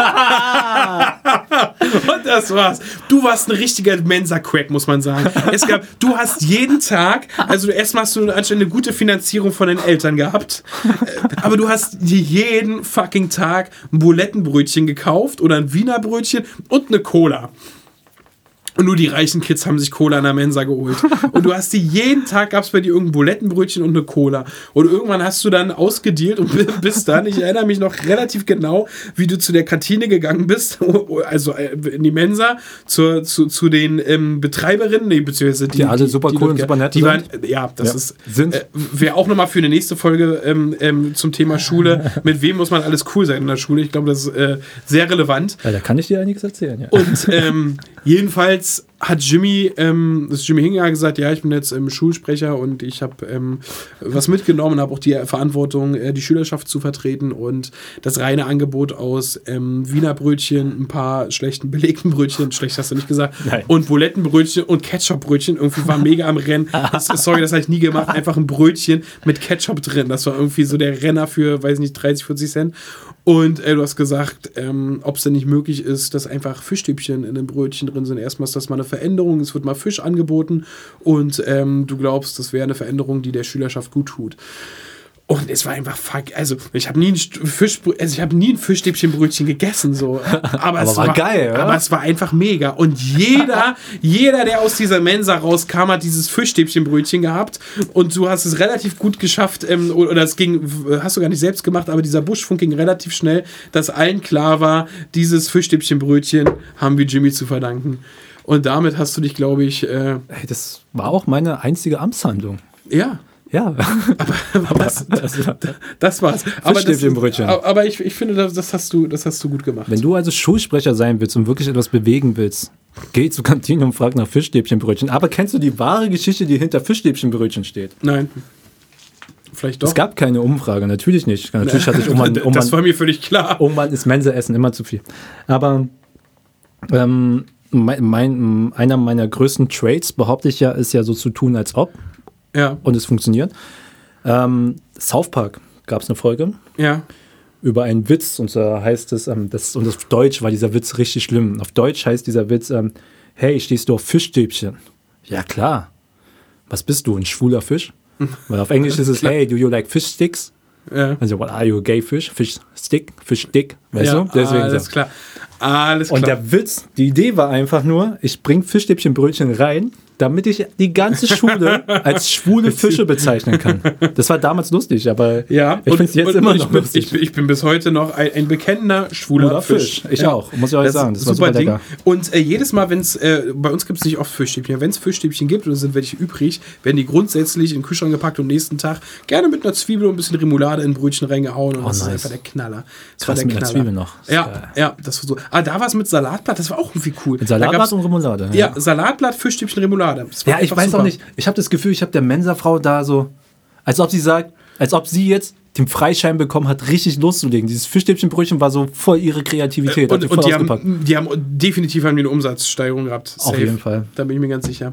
das war's. Du warst ein richtiger Mensa-Crack, muss man sagen. Es gab, du hast jeden Tag, also erstmal hast du anscheinend eine gute Finanzierung von den Eltern gehabt, aber du hast dir jeden fucking Tag ein Bulettenbrötchen gekauft oder ein Wiener Brötchen und eine Cola. Und nur die reichen Kids haben sich Cola in der Mensa geholt. Und du hast die jeden Tag, gab es bei dir irgendein Bulettenbrötchen und eine Cola. Und irgendwann hast du dann ausgedealt und bist dann, ich erinnere mich noch relativ genau, wie du zu der Kantine gegangen bist, also in die Mensa, zur, zu, zu den ähm, Betreiberinnen, nee, beziehungsweise die, die alle super die, cool die, und super nett die waren, sind. ja, das ja. ist, sind. Äh, wäre auch nochmal für eine nächste Folge ähm, ähm, zum Thema Schule. Mit wem muss man alles cool sein in der Schule? Ich glaube, das ist äh, sehr relevant. Ja, da kann ich dir einiges erzählen, ja. Und ähm, jedenfalls hat Jimmy, ähm, ist Jimmy hingegangen, gesagt, ja, ich bin jetzt ähm, Schulsprecher und ich habe ähm, was mitgenommen, habe auch die Verantwortung, äh, die Schülerschaft zu vertreten, und das reine Angebot aus ähm, Wiener Brötchen, ein paar schlechten belegten Brötchen, schlecht hast du nicht gesagt, Nein. und Bulettenbrötchen und Ketchupbrötchen, irgendwie war mega am Rennen. Das, sorry, das habe ich nie gemacht, einfach ein Brötchen mit Ketchup drin, das war irgendwie so der Renner für, weiß nicht, dreißig, vierzig Cent. Und äh, du hast gesagt, ähm, ob es denn nicht möglich ist, dass einfach Fischstäbchen in dem Brötchen drin sind. Erstmal ist das mal eine Veränderung, es wird mal Fisch angeboten, und ähm, du glaubst, das wäre eine Veränderung, die der Schülerschaft gut tut. Und es war einfach fuck, also ich habe nie ein Fisch, also ich habe nie ein Fischstäbchenbrötchen gegessen, so. Aber, aber es war, war geil, oder? Aber es war einfach mega. Und jeder, jeder, der aus dieser Mensa rauskam, hat dieses Fischstäbchenbrötchen gehabt. Und du hast es relativ gut geschafft, ähm, oder es ging, hast du gar nicht selbst gemacht, aber dieser Buschfunk ging relativ schnell, dass allen klar war, dieses Fischstäbchenbrötchen haben wir Jimmy zu verdanken. Und damit hast du dich, glaube ich, äh, hey, das war auch meine einzige Amtshandlung. ja. Ja. Aber das, das war's. Aber, das, Fischstäbchenbrötchen. aber ich, ich finde, das, das, hast du, das hast du gut gemacht. Wenn du also Schulsprecher sein willst und wirklich etwas bewegen willst, geh zur Kantine und frag nach Fischstäbchenbrötchen. Aber kennst du die wahre Geschichte, die hinter Fischstäbchenbrötchen steht? Nein. Vielleicht doch. Es gab keine Umfrage, natürlich nicht. Natürlich hatte ich irgendwann, irgendwann, das war mir völlig klar. Irgendwann ist Mensa-Essen immer zu viel. Aber ähm, mein, mein, einer meiner größten Traits, behaupte ich ja, ist ja so zu tun, als ob. Ja. Und es funktioniert. Ähm, South Park gab es eine Folge Ja. über einen Witz. Und da heißt es, ähm, das, und auf Deutsch war dieser Witz richtig schlimm. Auf Deutsch heißt dieser Witz, ähm, hey, stehst du auf Fischstäbchen? Ja, klar. Was bist du, ein schwuler Fisch? Weil auf Englisch ist es, hey, do you like fish sticks? Ja. Also, what are you, a gay fish? Fish stick? Fish dick? Weißt Ja, du? Deswegen alles so. klar. Alles klar. Und der Witz, die Idee war einfach nur, ich bring Fischstäbchenbrötchen rein, damit ich die ganze Schule als schwule Fische bezeichnen kann. Das war damals lustig, aber ja, ich finde es jetzt und, immer und noch ich bin, lustig. ich, bin- ich bin bis heute noch ein, ein bekennender schwuler Schwuler Fisch. Fisch. Ich auch, muss ich euch sagen. Das war super super Ding. lecker. Und äh, jedes Mal, wenn es, äh, bei uns gibt es nicht oft Fischstäbchen, wenn es Fischstäbchen gibt und es sind welche übrig, werden die grundsätzlich in den Kühlschrank gepackt und nächsten Tag gerne mit einer Zwiebel und ein bisschen Remoulade in ein Brötchen reingehauen und Oh, das ist nice. einfach der Knaller. Das Krass, war der mit einer Knaller. Zwiebel noch. Das ist Ja, geil. ja, das war so. Ah, da war es mit Salatblatt, das war auch irgendwie cool. Mit Da Salatblatt gab's- und Remoulade. Ja, Salatblatt, Fischstäbchen, Remoulade. Das war Ja, ich einfach weiß super. auch nicht. Ich habe das Gefühl, ich habe der Mensa-Frau da so, als ob sie sagt, als ob sie jetzt den Freischein bekommen hat, richtig loszulegen. Dieses Fischstäbchenbrötchen war so voll ihre Kreativität. hat Und, sie voll und die, ausgepackt. haben, die haben definitiv haben die eine Umsatzsteigerung gehabt. Auf jeden Fall. Da bin ich mir ganz sicher.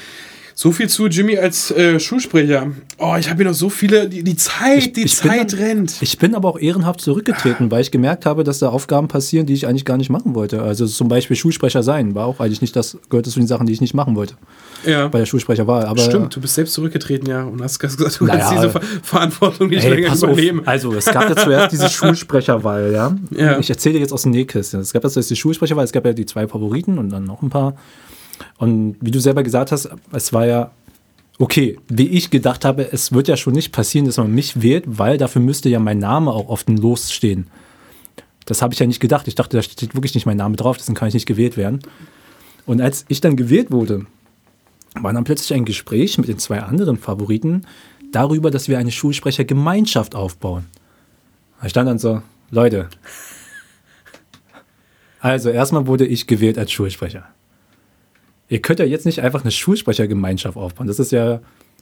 So viel zu Jimmy als äh, Schulsprecher. Oh, ich habe hier noch so viele. Die, die Zeit, die Ich bin Zeit dann- rennt. Ich bin aber auch ehrenhaft zurückgetreten, weil ich gemerkt habe, dass da Aufgaben passieren, die ich eigentlich gar nicht machen wollte. Also zum Beispiel Schulsprecher sein, war auch eigentlich nicht das, gehörte zu den Sachen, die ich nicht machen wollte Ja. bei der Schulsprecherwahl. Aber Stimmt, du bist selbst zurückgetreten, ja. Und hast gesagt, du Naja, kannst diese Ver Verantwortung nicht Hey, länger pass auf. übernehmen. Also, es gab ja zuerst diese Schulsprecherwahl, ja? Ja. Ich erzähle dir jetzt aus dem Nähkästchen. Es gab ja zuerst die Schulsprecherwahl, es gab ja die zwei Favoriten und dann noch ein paar. Und wie du selber gesagt hast, es war ja okay, wie ich gedacht habe, es wird ja schon nicht passieren, dass man mich wählt, weil dafür müsste ja mein Name auch auf dem Los stehen. Das habe ich ja nicht gedacht. Ich dachte, da steht wirklich nicht mein Name drauf, deswegen kann ich nicht gewählt werden. Und als ich dann gewählt wurde, war dann plötzlich ein Gespräch mit den zwei anderen Favoriten darüber, dass wir eine Schulsprechergemeinschaft aufbauen. Da stand dann so, Leute, also erstmal wurde ich gewählt als Schulsprecher. Ihr könnt ja jetzt nicht einfach eine Schulsprechergemeinschaft aufbauen. Das ist ja...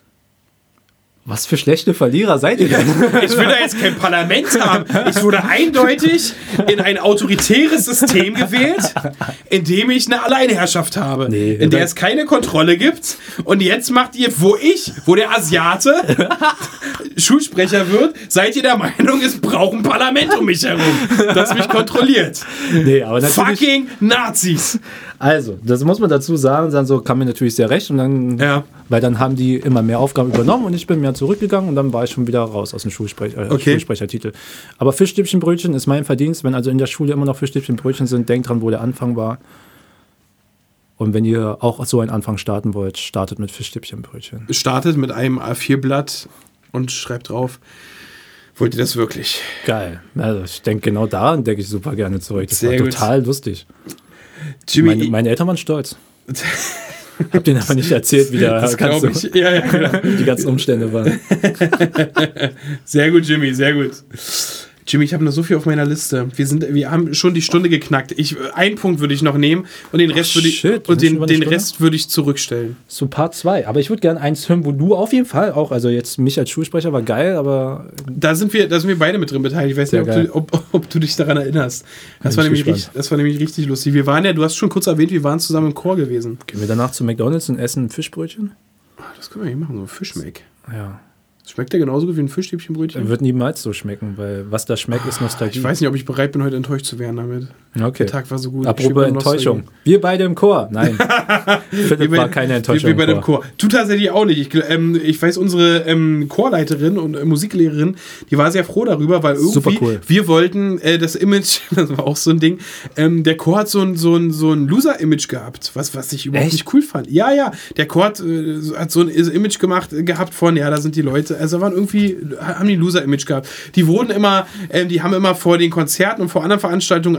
Was für schlechte Verlierer seid ihr denn? Ich will da jetzt kein Parlament haben. Ich wurde eindeutig in ein autoritäres System gewählt, in dem ich eine Alleinherrschaft habe. Nee, in der das- es keine Kontrolle gibt. Und jetzt macht ihr, wo ich, wo der Asiate Schulsprecher wird, seid ihr der Meinung, es braucht ein Parlament um mich herum, das mich kontrolliert. Nee, aber natürlich... Fucking Nazis. Also, das muss man dazu sagen, dann so kam mir natürlich sehr recht und dann, Ja. weil dann haben die immer mehr Aufgaben übernommen und ich bin mehr zurückgegangen und dann war ich schon wieder raus aus dem Schulsprecher, äh, Okay. Schulsprechertitel. Aber Fischstäbchenbrötchen ist mein Verdienst, wenn also in der Schule immer noch Fischstäbchenbrötchen sind, denkt dran, wo der Anfang war. Und wenn ihr auch so einen Anfang starten wollt, startet mit Fischstäbchenbrötchen. Startet mit einem A vier Blatt und schreibt drauf, wollt ihr das wirklich? Geil. Also ich denke, genau daran denke ich super gerne zurück. Das Sehr war gut. total lustig. Jimmy, Meine, meine Eltern waren stolz. Hab denen aber nicht erzählt, wie der das ganze, glaube ich. Ja, ja, genau. die ganzen Umstände waren. Sehr gut, Jimmy, sehr gut. Jimmy, ich habe noch so viel auf meiner Liste. Wir, sind, wir haben schon die Stunde geknackt. Ich, einen Punkt würde ich noch nehmen und den Rest, würde ich, shit, und wir sind den, über eine den Stunde? Rest würde ich zurückstellen. So Part zwei. Aber ich würde gerne eins hören, wo du auf jeden Fall auch, also jetzt mich als Schulsprecher war geil, aber Da sind wir, da sind wir beide mit drin beteiligt. Ich weiß Sehr nicht, ob geil. du, ob, ob du dich daran erinnerst. Das Bin war, ich nämlich gespannt. richtig, das war nämlich richtig lustig. Wir waren ja, du hast schon kurz erwähnt, wir waren zusammen im Chor gewesen. gehen wir danach zu McDonalds und essen ein Fischbrötchen? Das können wir hier machen, so ein Fischmeck. Ja. Schmeckt der genauso gut wie ein Fischstäbchenbrötchen? Wird niemals so schmecken, weil was da schmeckt, ist Nostalgie. Ich weiß nicht, ob ich bereit bin, heute enttäuscht zu werden damit. Okay. Der Tag war so gut. Ich Apropos schwebe noch Enttäuschung. Nostalgie. Wir beide im Chor. Nein. Philipp Wir bei- war keine Enttäuschung. Wir, wir bei im dem Chor. Chor. Du tatsächlich auch nicht. Ich, gl- ähm, ich weiß, unsere ähm, Chorleiterin und äh, Musiklehrerin, die war sehr froh darüber, weil irgendwie Super cool. wir wollten äh, das Image, das war auch so ein Ding, ähm, der Chor hat so ein, so ein, so ein Loser-Image gehabt, was, was ich überhaupt Echt? nicht cool fand. Ja, ja, der Chor hat, äh, hat so ein Image gemacht, äh, gehabt von, ja, da sind die Leute, also waren irgendwie, haben die ein Loser-Image gehabt. Die wurden immer, ähm, die haben immer vor den Konzerten und vor anderen Veranstaltungen einsingen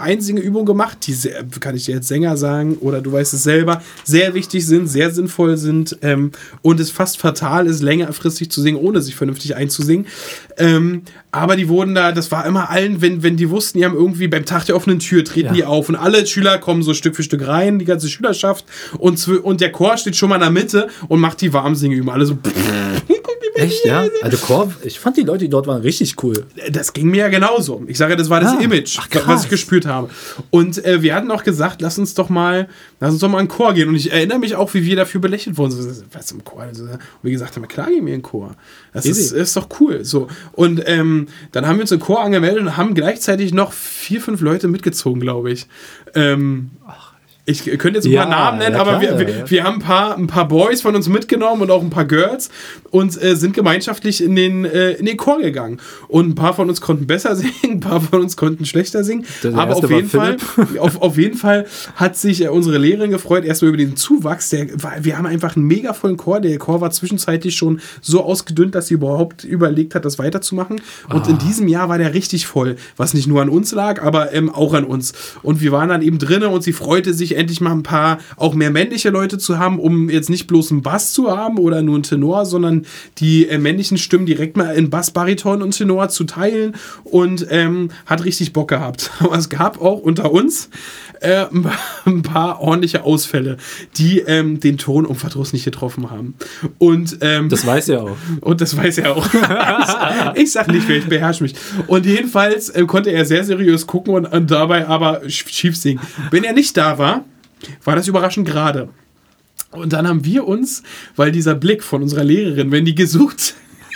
Übungen gemacht, die, sehr, kann ich dir jetzt Sänger sagen, oder du weißt es selber, sehr wichtig sind, sehr sinnvoll sind ähm, und es fast fatal ist, längerfristig zu singen, ohne sich vernünftig einzusingen. Ähm, aber die wurden da, das war immer allen, wenn, wenn die wussten, die haben irgendwie beim Tag der offenen Tür, treten ja. die auf und alle Schüler kommen so Stück für Stück rein, die ganze Schülerschaft und, und der Chor steht schon mal in der Mitte und macht die Warmsingübungen. Alle so echt, ja? Also Chor, ich fand die Leute, die dort waren, richtig cool. Das ging mir ja genauso. Ich sage, das war das ah, Image, ach, was ich gespürt habe. Und äh, wir hatten auch gesagt, lass uns doch mal, lass uns doch mal in den Chor gehen. Und ich erinnere mich auch, wie wir dafür belächelt wurden. So, was im Chor? Und wir gesagt haben, klar gehen wir in den Chor. Das ist, ist doch cool. So. Und ähm, dann haben wir uns im Chor angemeldet und haben gleichzeitig noch vier, fünf Leute mitgezogen, glaube ich. Ähm, ach. Ich könnte jetzt ein ja, paar Namen nennen, ja, aber klar, wir, wir, ja. wir haben ein paar, ein paar Boys von uns mitgenommen und auch ein paar Girls und äh, sind gemeinschaftlich in den, äh, in den Chor gegangen. Und ein paar von uns konnten besser singen, ein paar von uns konnten schlechter singen. Der aber auf jeden, Fall, auf, auf jeden Fall hat sich äh, unsere Lehrerin gefreut, erstmal über den Zuwachs. Der, wir haben einfach einen mega vollen Chor. Der Chor war zwischenzeitlich schon so ausgedünnt, dass sie überhaupt überlegt hat, das weiterzumachen. Und ah. in diesem Jahr war der richtig voll, was nicht nur an uns lag, aber ähm, auch an uns. Und wir waren dann eben drinnen und sie freute sich, endlich mal ein paar auch mehr männliche Leute zu haben, um jetzt nicht bloß einen Bass zu haben oder nur einen Tenor, sondern die äh, männlichen Stimmen direkt mal in Bass, Bariton und Tenor zu teilen und ähm, hat richtig Bock gehabt. Aber es gab auch unter uns äh, ein paar ordentliche Ausfälle, die ähm, den Ton um Verdruss nicht getroffen haben. Und, ähm, das weiß er auch. Und das weiß er auch. ich, ich sag nicht, wer, ich beherrsche mich. Und jedenfalls äh, konnte er sehr seriös gucken und, und dabei aber schief singen. Wenn er nicht da war, war das überraschend gerade. Und dann haben wir uns, weil dieser Blick von unserer Lehrerin, wenn die gesucht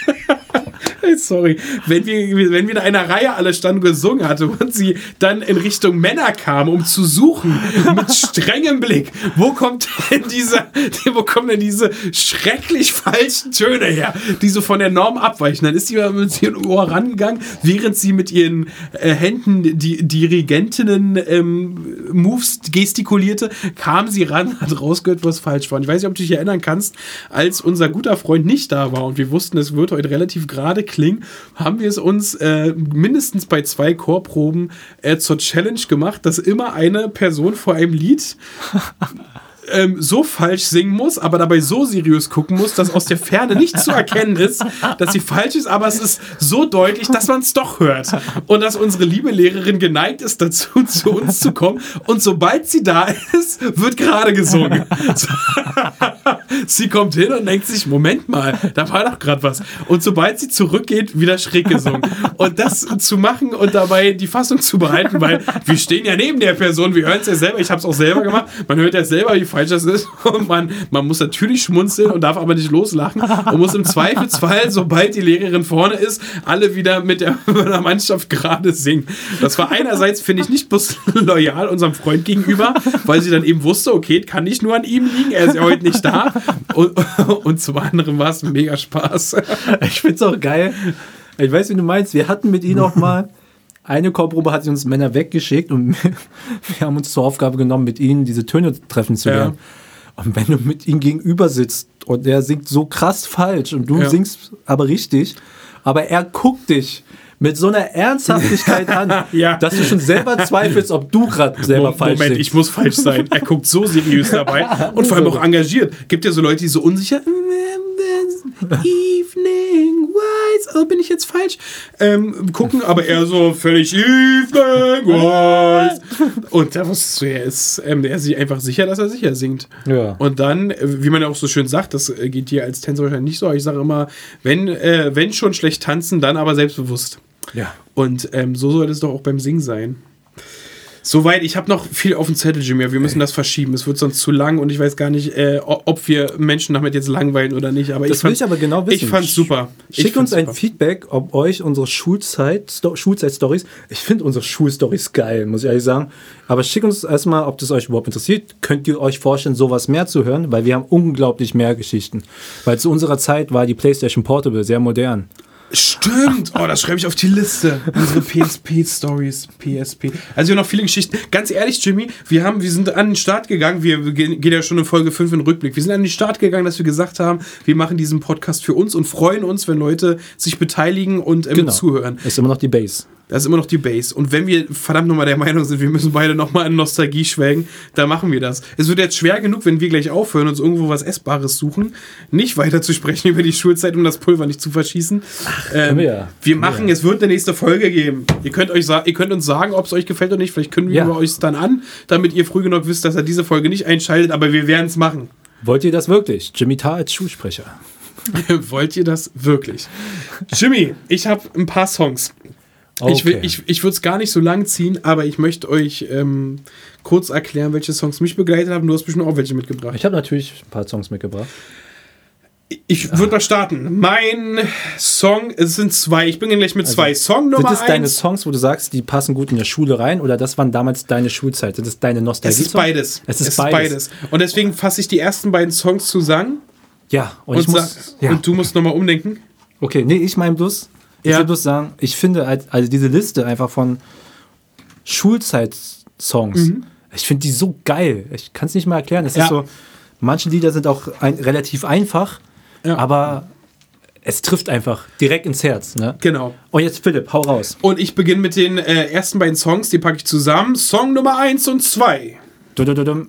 sorry, wenn wir, wenn wir in einer Reihe alle standen und gesungen hatte und sie dann in Richtung Männer kam, um zu suchen, mit strengem Blick, wo kommt denn diese, wo kommen denn diese schrecklich falschen Töne her, die so von der Norm abweichen? Dann ist sie mit ihrem Ohr rangegangen, während sie mit ihren äh, Händen die Dirigentinnen ähm, Moves gestikulierte, kam sie ran, hat rausgehört, was falsch war. Und ich weiß nicht, ob du dich erinnern kannst, als unser guter Freund nicht da war und wir wussten, es wird heute relativ gerade klingen, haben wir es uns äh, mindestens bei zwei Chorproben äh, zur Challenge gemacht, dass immer eine Person vor einem Lied ähm, so falsch singen muss, aber dabei so seriös gucken muss, dass aus der Ferne nicht zu erkennen ist, dass sie falsch ist, aber es ist so deutlich, dass man es doch hört. Und dass unsere liebe Lehrerin geneigt ist, dazu zu uns zu kommen. Und sobald sie da ist, wird gerade gesungen. Sie kommt hin und denkt sich, Moment mal, da war doch gerade was. Und sobald sie zurückgeht, wieder schräg gesungen. Und das zu machen und dabei die Fassung zu behalten, weil wir stehen ja neben der Person, wir hören es ja selber, ich habe es auch selber gemacht, man hört ja selber, wie falsch das ist. Und man, man muss natürlich schmunzeln und darf aber nicht loslachen und muss im Zweifelsfall, sobald die Lehrerin vorne ist, alle wieder mit der, mit der Mannschaft gerade singen. Das war einerseits, finde ich, nicht bloß loyal unserem Freund gegenüber, weil sie dann eben wusste, okay, kann nicht nur an ihm liegen, er ist ja heute nicht da. Und, und zum anderen war es ein mega Spaß. Ich find's auch geil. Ich weiß, wie du meinst. Wir hatten mit ihnen auch mal eine Chorprobe, hat sie uns Männer weggeschickt und wir haben uns zur Aufgabe genommen, mit ihnen diese Töne treffen zu lernen. Ja. Und wenn du mit ihm gegenüber sitzt und der singt so krass falsch und du ja. singst aber richtig, aber er guckt dich mit so einer Ernsthaftigkeit an, ja. dass du schon selber zweifelst, ob du gerade selber Moment, falsch bist. Moment, ich muss falsch sein. Er guckt so seriös dabei und vor allem auch engagiert. Gibt ja so Leute, die so unsicher Evening Wise, oh, bin ich jetzt falsch? Ähm, gucken, aber er so völlig Evening Wise. Und da wusstest du, er ist, ähm, er ist sich einfach sicher, dass er sicher singt. Ja. Und dann, wie man ja auch so schön sagt, das geht dir als Tänzer wahrscheinlich nicht so, aber ich sage immer, wenn, äh, wenn schon schlecht tanzen, dann aber selbstbewusst. Ja. Und ähm, so soll es doch auch beim Singen sein. Soweit, ich habe noch viel auf dem Zettel, Jimmy. Wir müssen das verschieben. Es wird sonst zu lang und ich weiß gar nicht, äh, ob wir Menschen damit jetzt langweilen oder nicht. Aber das ich will ich aber genau wissen. Ich fand's super. Schickt uns ein super. Feedback, ob euch unsere Schulzeit, Sto- Schulzeit-Stories, ich finde unsere Schulstories geil, muss ich ehrlich sagen. Aber schickt uns erstmal, ob das euch überhaupt interessiert. Könnt ihr euch vorstellen, sowas mehr zu hören? Weil wir haben unglaublich mehr Geschichten. Weil zu unserer Zeit war die PlayStation Portable sehr modern. Stimmt! Oh, das schreibe ich auf die Liste. Unsere P S P-Stories. P S P. Also wir haben noch viele Geschichten. Ganz ehrlich, Jimmy, wir, haben, wir sind an den Start gegangen. Wir gehen ja schon in Folge fünf in den Rückblick. Wir sind an den Start gegangen, dass wir gesagt haben, wir machen diesen Podcast für uns und freuen uns, wenn Leute sich beteiligen und ähm, genau. zuhören. Ist immer noch die Base. Das ist immer noch die Bass. Und wenn wir verdammt nochmal der Meinung sind, wir müssen beide nochmal in Nostalgie schwelgen, dann machen wir das. Es wird jetzt schwer genug, wenn wir gleich aufhören, uns irgendwo was Essbares suchen, nicht weiter zu sprechen über die Schulzeit, um das Pulver nicht zu verschießen. Ach, ähm, wir ja. wir machen, ja. Es wird eine nächste Folge geben. Ihr könnt, euch sa- ihr könnt uns sagen, ob es euch gefällt oder nicht. Vielleicht können wir ja. euch es dann an, damit ihr früh genug wisst, dass er diese Folge nicht einschaltet, aber wir werden es machen. Wollt ihr das wirklich? Jimmy Tarr als Schulsprecher. Wollt ihr das wirklich? Jimmy, ich habe ein paar Songs. Okay. Ich, will, ich, ich würde es gar nicht so lang ziehen, aber ich möchte euch ähm, kurz erklären, welche Songs mich begleitet haben. Du hast bestimmt auch welche mitgebracht. Ich habe natürlich ein paar Songs mitgebracht. Ich würde mal starten. Mein Song, es sind zwei. Ich bin gleich mit also, zwei. Song Nummer eins. Sind das deine Songs, wo du sagst, die passen gut in der Schule rein? Oder das waren damals deine Schulzeit? Sind das deine Nostalgie? Es ist beides. Es ist, es beides. ist beides. Und deswegen fasse ich die ersten beiden Songs zusammen. Ja. Und, und, ich muss, sa- ja. und du musst nochmal umdenken. Okay, nee, ich meine bloß, ich ja. will bloß sagen, ich finde also diese Liste einfach von Schulzeit-Songs, mhm. ich finde die so geil. Ich kann es nicht mal erklären. Es ja. ist so, manche Lieder sind auch ein, relativ einfach, ja. aber es trifft einfach direkt ins Herz. Ne? Genau. Und jetzt Philipp, hau raus. Und ich beginne mit den äh, ersten beiden Songs, die packe ich zusammen. Song Nummer eins und zwei. Du-du-du-dum.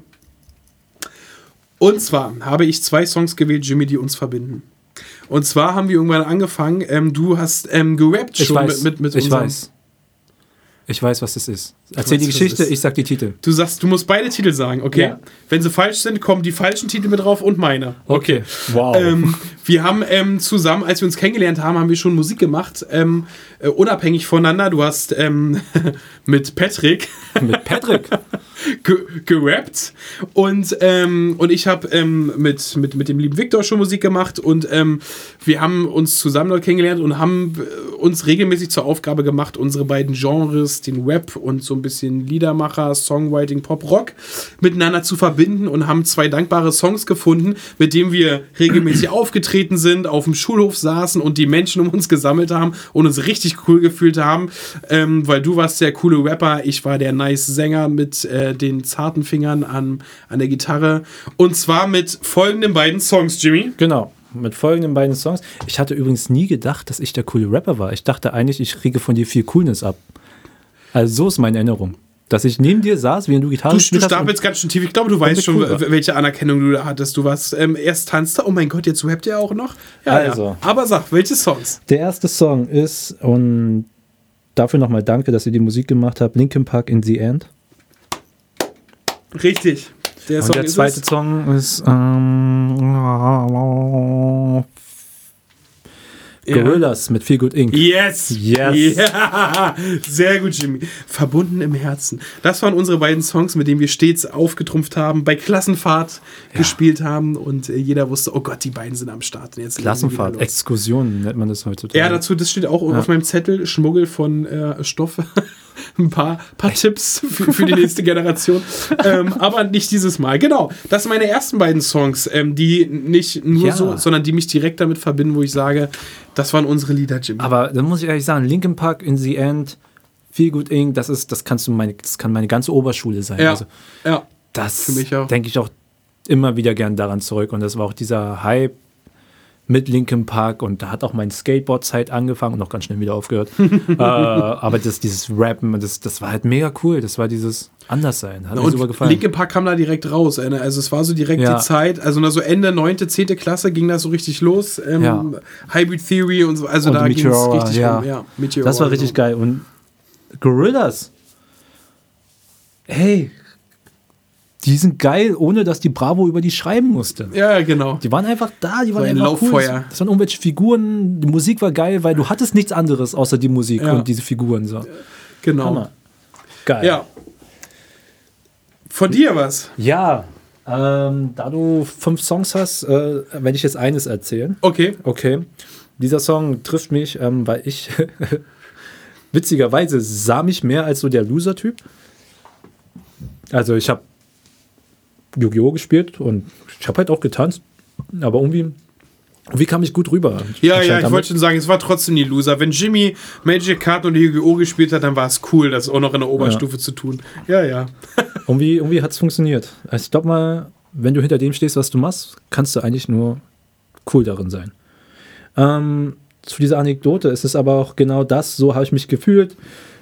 Und zwar habe ich zwei Songs gewählt, Jimmy, die uns verbinden. Und zwar haben wir irgendwann angefangen, ähm, du hast ähm, gerappt schon ich weiß, mit, mit, mit ich unserem... weiß. Ich weiß, was das ist. Erzähl die Geschichte, ich sag die Titel. Du sagst, du musst beide Titel sagen, okay? Ja. Wenn sie falsch sind, kommen die falschen Titel mit drauf und meine. Okay, okay. Wow. Ähm, wir haben ähm, zusammen, als wir uns kennengelernt haben, haben wir schon Musik gemacht, ähm, äh, unabhängig voneinander. Du hast ähm, mit Patrick mit Patrick ge- gerappt und, ähm, und ich habe ähm, mit, mit, mit dem lieben Victor schon Musik gemacht und ähm, wir haben uns zusammen dort kennengelernt und haben uns regelmäßig zur Aufgabe gemacht, unsere beiden Genres, den Rap und so ein bisschen Liedermacher, Songwriting, Pop, Rock miteinander zu verbinden und haben zwei dankbare Songs gefunden, mit denen wir regelmäßig aufgetreten sind, auf dem Schulhof saßen und die Menschen um uns gesammelt haben und uns richtig cool gefühlt haben, ähm, weil du warst der coole Rapper, ich war der nice Sänger mit äh, den zarten Fingern an, an der Gitarre und zwar mit folgenden beiden Songs, Jimmy. Genau. Mit folgenden beiden Songs. Ich hatte übrigens nie gedacht, dass ich der coole Rapper war. Ich dachte eigentlich, ich kriege von dir viel Coolness ab. Also so ist meine Erinnerung. Dass ich neben dir saß, während du Gitarre gespielt hast. Du stapelst ganz schön tief. Ich glaube, du weißt schon, cool welche Anerkennung du da hattest. Du warst ähm, erst tanzte. Oh mein Gott, jetzt rappt ihr auch noch? Ja, also. Ja. Aber sag, welche Songs? Der erste Song ist, und dafür nochmal danke, dass ihr die Musik gemacht habt, Linkin Park in the End. Richtig. Der, und Song der ist zweite es. Song ist ähm, Gorillaz ja. mit Feel Good Incorporated. Yes! Yes! Ja. Sehr gut, Jimmy. Verbunden im Herzen. Das waren unsere beiden Songs, mit denen wir stets aufgetrumpft haben, bei Klassenfahrt ja. gespielt haben und äh, jeder wusste, oh Gott, die beiden sind am Start. Und jetzt Klassenfahrt, Exkursionen nennt man das heutzutage. Ja, dazu, das steht auch ja. auf meinem Zettel, Schmuggel von äh, Stoff. Ein paar, paar Tipps für, für die nächste Generation. ähm, aber nicht dieses Mal. Genau, das sind meine ersten beiden Songs, ähm, die nicht nur ja. so, sondern die mich direkt damit verbinden, wo ich sage, das waren unsere Lieder, Jimmy. Aber dann muss ich ehrlich sagen, Linkin Park in the End, Feel Good Incorporated, das ist, das kannst du meine, das kann meine ganze Oberschule sein. Ja, also, ja. Das denke ich auch immer wieder gern daran zurück. Und das war auch dieser Hype mit Linkin Park und da hat auch meine Skateboard-Zeit angefangen und noch ganz schnell wieder aufgehört. äh, aber das, dieses Rappen, das, das war halt mega cool. Das war dieses Anderssein. Hat mir super gefallen. Linkin Park kam da direkt raus. Also es war so direkt ja. die Zeit, also so Ende neunte, zehnte Klasse ging das so richtig los. Ähm, ja. Hybrid Theory und so. Also und da ging es richtig ja. rum. Ja, Meteora, das war richtig so. Geil. Und Gorillaz. Hey, die sind geil, ohne dass die Bravo über die schreiben musste. Ja, genau. Die waren einfach da, die waren so ein einfach Lauffeuer. Cool. Das waren irgendwelche Figuren, die Musik war geil, weil du hattest nichts anderes außer die Musik ja. und diese Figuren. So. Genau. Hammer. Geil. Ja. Von dir was? Ja. Ähm, da du fünf Songs hast, äh, werde ich jetzt eines erzählen. Okay. Okay. Dieser Song trifft mich, ähm, weil ich witzigerweise sah mich mehr als so der Loser-Typ. Also ich habe Yu-Gi-Oh! Gespielt und ich habe halt auch getanzt, aber irgendwie, irgendwie kam ich gut rüber. Ja, ja, ich wollte schon sagen, es war trotzdem die Loser. Wenn Jimmy Magic Card und Yu-Gi-Oh! Gespielt hat, dann war es cool, das auch noch in der Oberstufe ja. zu tun. Ja, ja. irgendwie irgendwie hat es funktioniert. Also ich glaube mal, wenn du hinter dem stehst, was du machst, kannst du eigentlich nur cool darin sein. Ähm, zu dieser Anekdote ist es aber auch genau das, so habe ich mich gefühlt.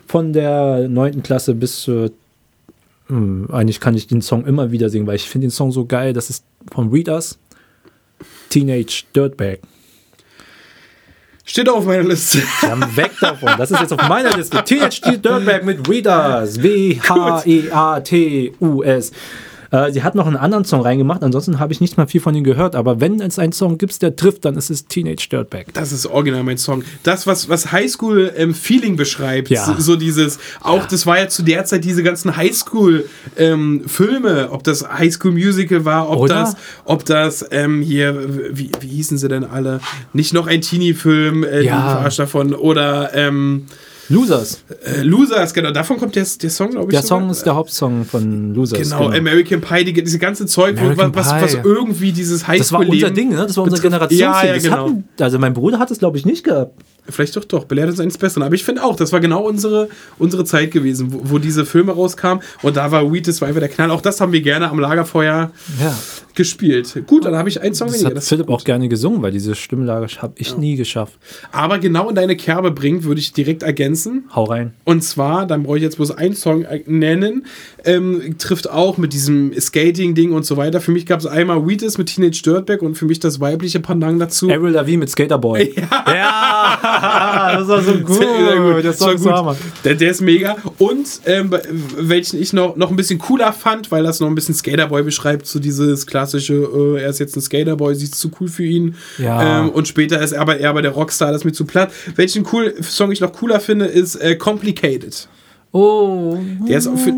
von der neunten Klasse bis zur. Hm, eigentlich kann ich den Song immer wieder singen, weil ich finde den Song so geil. Das ist von Readers. Teenage Dirtbag. Steht auf meiner Liste. Dann weg davon. Das ist jetzt auf meiner Liste. Teenage Dirtbag mit Readers. W H E A T U S. Äh, sie hat noch einen anderen Song reingemacht, ansonsten habe ich nicht mal viel von ihnen gehört, aber wenn es einen Song gibt, der trifft, dann ist es Teenage Dirtbag. Das ist original mein Song. Das, was, was Highschool-Feeling ähm, beschreibt, Ja. so, so dieses, auch Ja. das war ja zu der Zeit diese ganzen Highschool-Filme, ob das Highschool-Musical war, ob Oder? das, ob das ähm, hier, wie, wie hießen sie denn alle? Nicht noch ein Teenie-Film, äh, Ja. die verarscht davon, oder ähm, Losers. äh, Losers, genau, davon kommt der, der Song, glaube ich. Der Song sogar. ist der Hauptsong von Losers. Genau, American Pie, die, diese ganze Zeug, wo- American was, was, was Pie. irgendwie dieses Highschool Das war unser Ding, ne? Das war unser betrifft. Generationsding. Ja, ja, Das genau. hatten, also mein Bruder hat es, glaube ich, nicht gehabt. Vielleicht doch doch, belehrt uns eines Besseren. Aber ich finde auch, das war genau unsere, unsere Zeit gewesen, wo, wo diese Filme rauskamen. Und da war Weed, das war einfach der Knall. Auch das haben wir gerne am Lagerfeuer Ja. gespielt. Gut, dann habe ich einen Song Das weniger. hat Das Philipp auch gerne gesungen, weil diese Stimmlage habe ich nie geschafft. aber genau in deine Kerbe bringt, würde ich direkt ergänzen. Hau rein. Und zwar, dann brauche ich jetzt bloß einen Song äh, nennen, ähm, trifft auch mit diesem Skating-Ding und so weiter. Für mich gab es einmal Weed mit Teenage Dirtbag und für mich das weibliche Pendant dazu. Avril Lavigne mit Skaterboy. Ja. ja, das war so gut. Sehr, sehr gut. Das Das war war so Hammer. gut. Der, der ist mega. Und ähm, welchen ich noch, noch ein bisschen cooler fand, weil das noch ein bisschen Skaterboy beschreibt, so dieses klassische, äh, er ist jetzt ein Skaterboy, sie ist zu cool für ihn. Ja. Ähm, und später ist er aber, er aber der Rockstar, das ist mir zu platt. Welchen cool, Song ich noch cooler finde, ist äh, Complicated. Oh. Der ist auch für,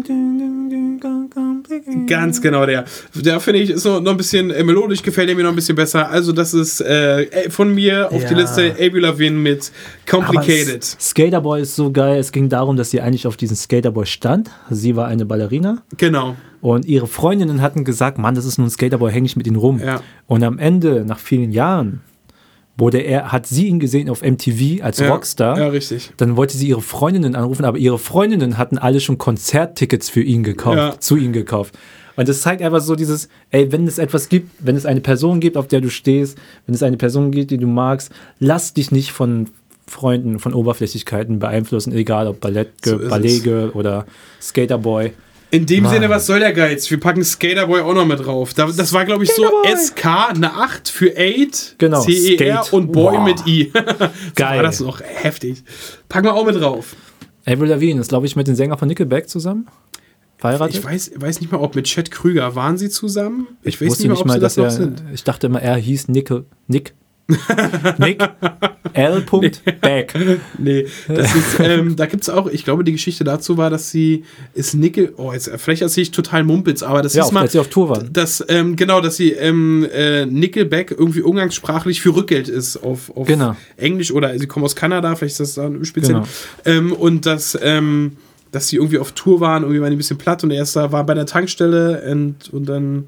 ganz genau der. Der finde ich ist noch, noch ein bisschen äh, melodisch, gefällt er mir noch ein bisschen besser. Also das ist äh, von mir auf Ja. die Liste Avril Lavigne mit Complicated. Aber Skaterboy ist so geil. Es ging darum, dass sie eigentlich auf diesen Skaterboy stand. Sie war eine Ballerina. Genau. Und ihre Freundinnen hatten gesagt, Mann, das ist nur ein Skaterboy, häng ich mit ihm rum. Ja. Und am Ende, nach vielen Jahren, wurde er, hat sie ihn gesehen auf M T V als Ja. Rockstar. Ja, richtig. Dann wollte sie ihre Freundinnen anrufen, aber ihre Freundinnen hatten alle schon Konzerttickets für ihn gekauft, Ja. zu ihm gekauft. Und das zeigt einfach so dieses, ey, wenn es etwas gibt, wenn es eine Person gibt, auf der du stehst, wenn es eine Person gibt, die du magst, lass dich nicht von Freunden, von Oberflächlichkeiten beeinflussen, egal ob Ballett, So ist Ballet oder Skaterboy. In dem Mann. Sinne, was soll der Geiz? Wir packen Skaterboy auch noch mit drauf. Da, das war, glaube ich, so Skaterboy. S K, eine acht für acht, Genau, C E R Skate. und Boy Wow. mit I. So Geil. war das noch heftig. Packen wir auch mit drauf. Avril Lavigne ist, glaube ich, mit dem Sänger von Nickelback zusammen. Verheiratet? Ich weiß, weiß nicht mal, ob mit Chad Krüger waren sie zusammen. Ich, weiß wusste nicht mal, ob sie das dass noch er, sind. Ich dachte immer, er hieß Nickel, Nick. Nick L. Back. Nee, das ist, ähm, da gibt es auch, ich glaube, die Geschichte dazu war, dass sie ist Nickel, oh, jetzt, vielleicht erzähle ich total Mumpitz, aber das Ja, ist auf, mal, als sie auf Tour waren. dass, ähm, genau, dass sie ähm, äh, Nickelback irgendwie umgangssprachlich für Rückgeld ist auf, auf Genau. Englisch oder sie kommen aus Kanada, vielleicht ist das dann speziell. Genau. Ähm, und dass, ähm, dass sie irgendwie auf Tour waren, irgendwie waren die ein bisschen platt und er ist da, war bei der Tankstelle und, und dann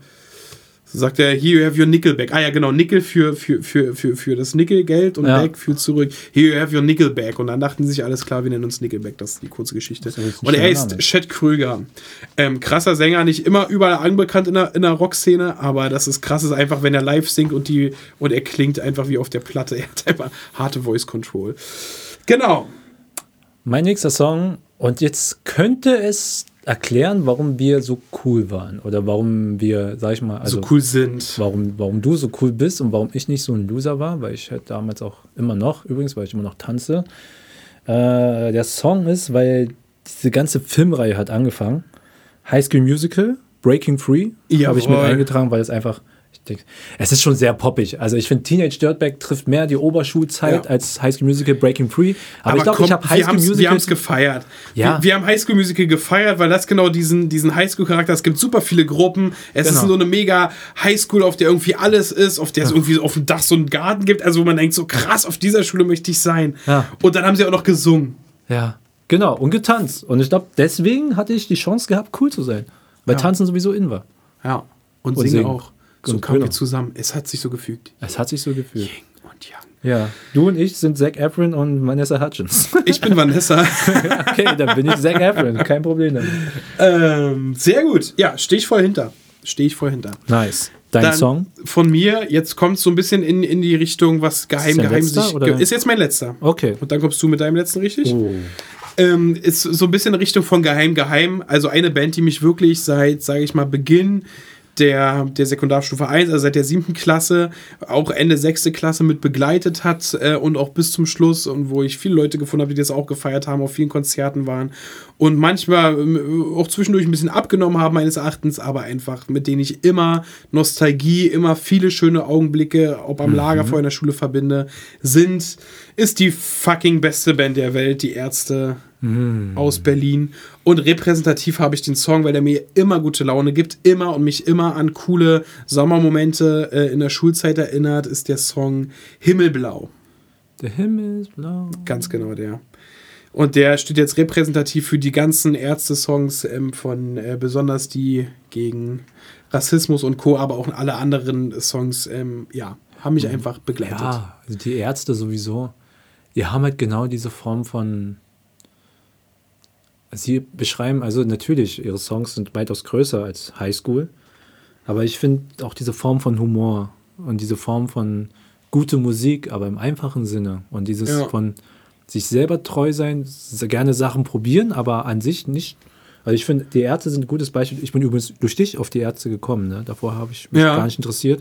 sagt er, here you have your Nickelback. Ah ja, genau, Nickel für, für, für, für, für das Nickelgeld und Ja. Back für zurück. Here you have your Nickelback. Und dann dachten sich alles klar, wir nennen uns Nickelback. Das ist die kurze Geschichte. Das ist ein Und er schöner ist Name. Chad Krüger. Ähm, krasser Sänger, nicht immer überall anbekannt in der, in der Rockszene, aber das ist krass, ist einfach, wenn er live singt und, die, und er klingt einfach wie auf der Platte. Er hat einfach harte Voice Control. Genau. Mein nächster Song, und jetzt könnte es erklären, warum wir so cool waren oder warum wir, sag ich mal, also so cool sind. warum, warum du so cool bist und warum ich nicht so ein Loser war, weil ich halt damals auch immer noch, übrigens, weil ich immer noch tanze. Äh, der Song ist, weil diese ganze Filmreihe hat angefangen. High School Musical, Breaking Free, habe ich mit Jawohl. eingetragen, weil es einfach, ich denke, es ist schon sehr poppig. Also ich finde, Teenage Dirtbag trifft mehr die Oberschulzeit Ja. als High School Musical Breaking Free. Aber, ich glaube, komm, ich habe wir High School haben's- Wir Musical haben es gefeiert. Ja. Wir, wir haben High School Musical gefeiert, weil das genau diesen, diesen High School Charakter, es gibt super viele Gruppen. Es Genau. ist so eine mega High School, auf der irgendwie alles ist, auf der es irgendwie auf dem Dach so einen Garten gibt. Also wo man denkt, so krass, auf dieser Schule möchte ich sein. Ja. Und dann haben sie auch noch gesungen. Ja, genau. Und getanzt. Und ich glaube, deswegen hatte ich die Chance gehabt, cool zu sein. Weil Ja. Tanzen sowieso in war. Ja. Und, Und singen, singen. auch. So Und kamen wir genau. zusammen. Es hat sich so gefügt. Es hat sich so gefühlt. Yin und Yang. Ja. Du und ich sind Zac Efron und Vanessa Hudgens. Ich bin Vanessa. Okay, dann bin ich Zac Efron. Kein Problem damit. ähm, sehr gut. Ja, stehe ich voll hinter. Stehe ich voll hinter. Nice. Dein Dann Song? Von mir, jetzt kommt es so ein bisschen in, in die Richtung, was geheim, Ist dein geheim letzter, sich. oder? Ist jetzt mein letzter. Okay. Und dann kommst du mit deinem letzten, richtig? Oh. Ähm, ist so ein bisschen in Richtung von Geheim Geheim. Also eine Band, die mich wirklich seit, sage ich mal, Beginn der, der Sekundarstufe eins, also seit der siebten Klasse, auch Ende sechste Klasse mit begleitet hat äh, und auch bis zum Schluss, und wo ich viele Leute gefunden habe, die das auch gefeiert haben, auf vielen Konzerten waren und manchmal äh, auch zwischendurch ein bisschen abgenommen haben meines Erachtens, aber einfach mit denen ich immer Nostalgie, immer viele schöne Augenblicke, ob am Lagerfeuer in der Schule verbinde, sind, ist die fucking beste Band der Welt, die Ärzte aus Berlin. Und repräsentativ habe ich den Song, weil der mir immer gute Laune gibt, immer und mich immer an coole Sommermomente äh, in der Schulzeit erinnert, ist der Song Himmelblau. Der Himmel ist blau. Ganz genau der. Und der steht jetzt repräsentativ für die ganzen Ärzte-Songs ähm, von äh, besonders die gegen Rassismus und Co., aber auch alle anderen Songs, ähm, ja, haben mich einfach begleitet. Ja, also die Ärzte sowieso, die haben halt genau diese Form von. Sie beschreiben, also natürlich, ihre Songs sind weitaus größer als Highschool, aber ich finde auch diese Form von Humor und diese Form von gute Musik, aber im einfachen Sinne und dieses Ja. von sich selber treu sein, gerne Sachen probieren, aber an sich nicht. Also ich finde, die Ärzte sind ein gutes Beispiel. Ich bin übrigens durch dich auf die Ärzte gekommen, ne? Davor habe ich mich Ja. gar nicht interessiert.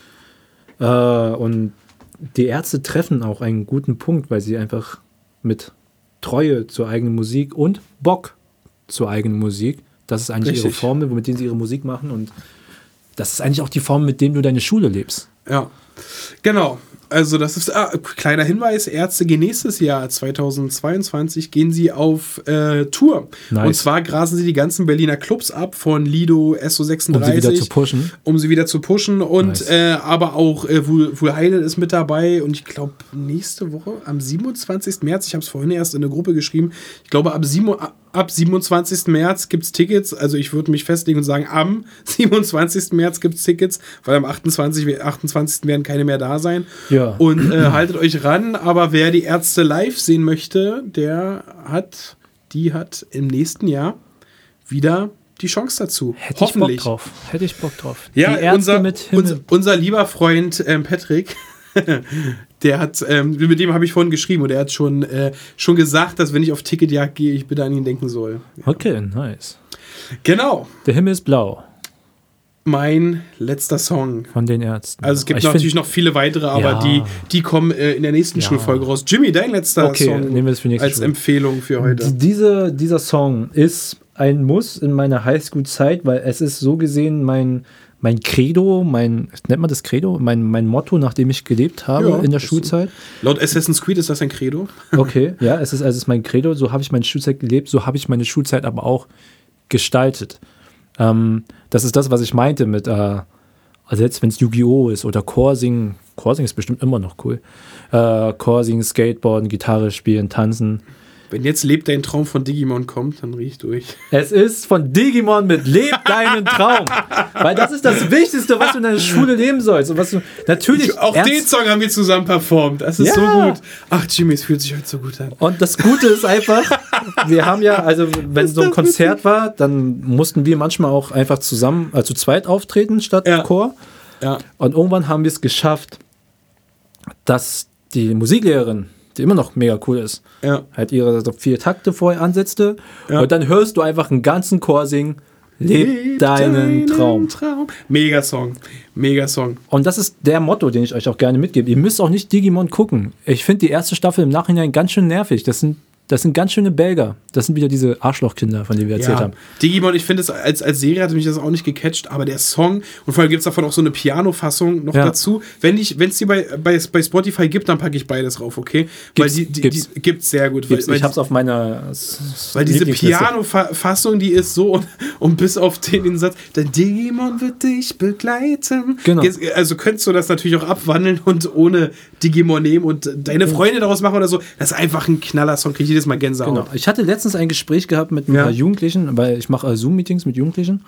Äh, und die Ärzte treffen auch einen guten Punkt, weil sie einfach mit Treue zur eigenen Musik und Bock zur eigenen Musik. Das ist eigentlich Richtig. ihre Formel, mit denen sie ihre Musik machen. Und das ist eigentlich auch die Form, mit dem du deine Schule lebst. Ja, genau. Also das ist, ah, kleiner Hinweis, Ärzte gehen nächstes Jahr, zweitausendzweiundzwanzig, gehen sie auf äh, Tour. Nice. Und zwar grasen sie die ganzen Berliner Clubs ab, von Lido, S O sechsunddreißig. Um sie wieder zu pushen. Um sie wieder zu pushen. Und Nice. äh, aber auch äh, Wuhlheide ist mit dabei. Und ich glaube, nächste Woche, am siebenundzwanzigsten März, ich habe es vorhin erst in der Gruppe geschrieben, ich glaube, ab, sieben, ab siebenundzwanzigsten März gibt es Tickets. Also ich würde mich festlegen und sagen, am siebenundzwanzigsten März gibt es Tickets, weil am achtundzwanzigsten achtundzwanzigsten werden keine mehr da sein. Ja. Und äh, haltet euch ran, aber wer die Ärzte live sehen möchte, der hat, die hat im nächsten Jahr wieder die Chance dazu. Hätte Hoffentlich. ich Bock drauf. Hätte ich Bock drauf. Ja, die Ärzte unser, mit Himmel. unser, unser lieber Freund ähm, Patrick, der hat, ähm, mit dem habe ich vorhin geschrieben und er hat schon, äh, schon gesagt, dass wenn ich auf Ticketjagd gehe, ich bitte an ihn denken soll. Okay, nice. Genau, Der Himmel ist blau mein letzter Song. von den Ärzten. Also es gibt Ich noch, find- natürlich noch viele weitere, aber Ja. die, die kommen äh, in der nächsten Ja. Schulfolge raus. Jimmy, dein letzter Okay, Song nehmen wir das für nächste als Schule. Empfehlung für heute. D- Diese, dieser Song ist ein Muss in meiner Highschool-Zeit, weil es ist so gesehen mein, mein Credo, mein, nennt man das Credo? Mein, mein Motto, nach dem ich gelebt habe Ja, in der das- Schulzeit. Laut Assassin's Creed ist das ein Credo. Okay, ja, es ist, also es ist mein Credo, so habe ich meine Schulzeit gelebt, so habe ich meine Schulzeit aber auch gestaltet. Ähm, das ist das, was ich meinte mit, äh, also jetzt, wenn es Yu-Gi-Oh! Ist oder Chorsing, Chorsing ist bestimmt immer noch cool. Äh, Chorsing, Skateboarden, Gitarre spielen, tanzen. Wenn jetzt Lebt dein Traum von Digimon kommt, dann riech ich durch. Es ist von Digimon mit Leb deinen Traum. Weil das ist das Wichtigste, was du in deiner Schule leben sollst. Und was du natürlich. Auch ernst- den Song haben wir zusammen performt. Das ist Ja. so gut. Ach, Jimmy, es fühlt sich heute so gut an. Und das Gute ist einfach, wir haben ja, also wenn so ein Konzert war, dann mussten wir manchmal auch einfach zusammen, also zu zweit auftreten statt Ja. Chor. Ja. Und irgendwann haben wir es geschafft, dass die Musiklehrerin, die immer noch mega cool ist, Ja. halt ihre so vier Takte vorher ansetzte. Ja. Und dann hörst du einfach einen ganzen Chor singen, Leb deinen Traum. Traum. Mega Song. Mega Song. Und das ist der Motto, den ich euch auch gerne mitgebe. Ihr müsst auch nicht Digimon gucken. Ich finde die erste Staffel im Nachhinein ganz schön nervig. Das sind, das sind ganz schöne Belger. Das sind wieder diese Arschlochkinder, von denen wir erzählt Ja. haben. Digimon, ich finde es als, als Serie hatte mich das auch nicht gecatcht, aber der Song, und vor allem gibt es davon auch so eine Piano-Fassung noch Ja. dazu. Wenn es die bei, bei, bei Spotify gibt, dann packe ich beides rauf, okay? Weil Gibt's, die, die, gibt's. die gibt's sehr gut. Gibt's, weil, ich weil hab's auf meiner S- Weil diese Lieblingsliste. Piano-Fassung, die ist so, und, und bis auf den, den Satz, der Digimon wird dich begleiten. Genau. Jetzt, also könntest du das natürlich auch abwandeln und ohne Digimon nehmen und deine Freunde daraus machen oder so. Das ist einfach ein Knaller-Song, krieg ich jedes Mal Gänsehaut. Genau. Ich hatte letztens ein Gespräch gehabt mit ein Ja. paar Jugendlichen, weil ich mache äh, Zoom-Meetings mit Jugendlichen.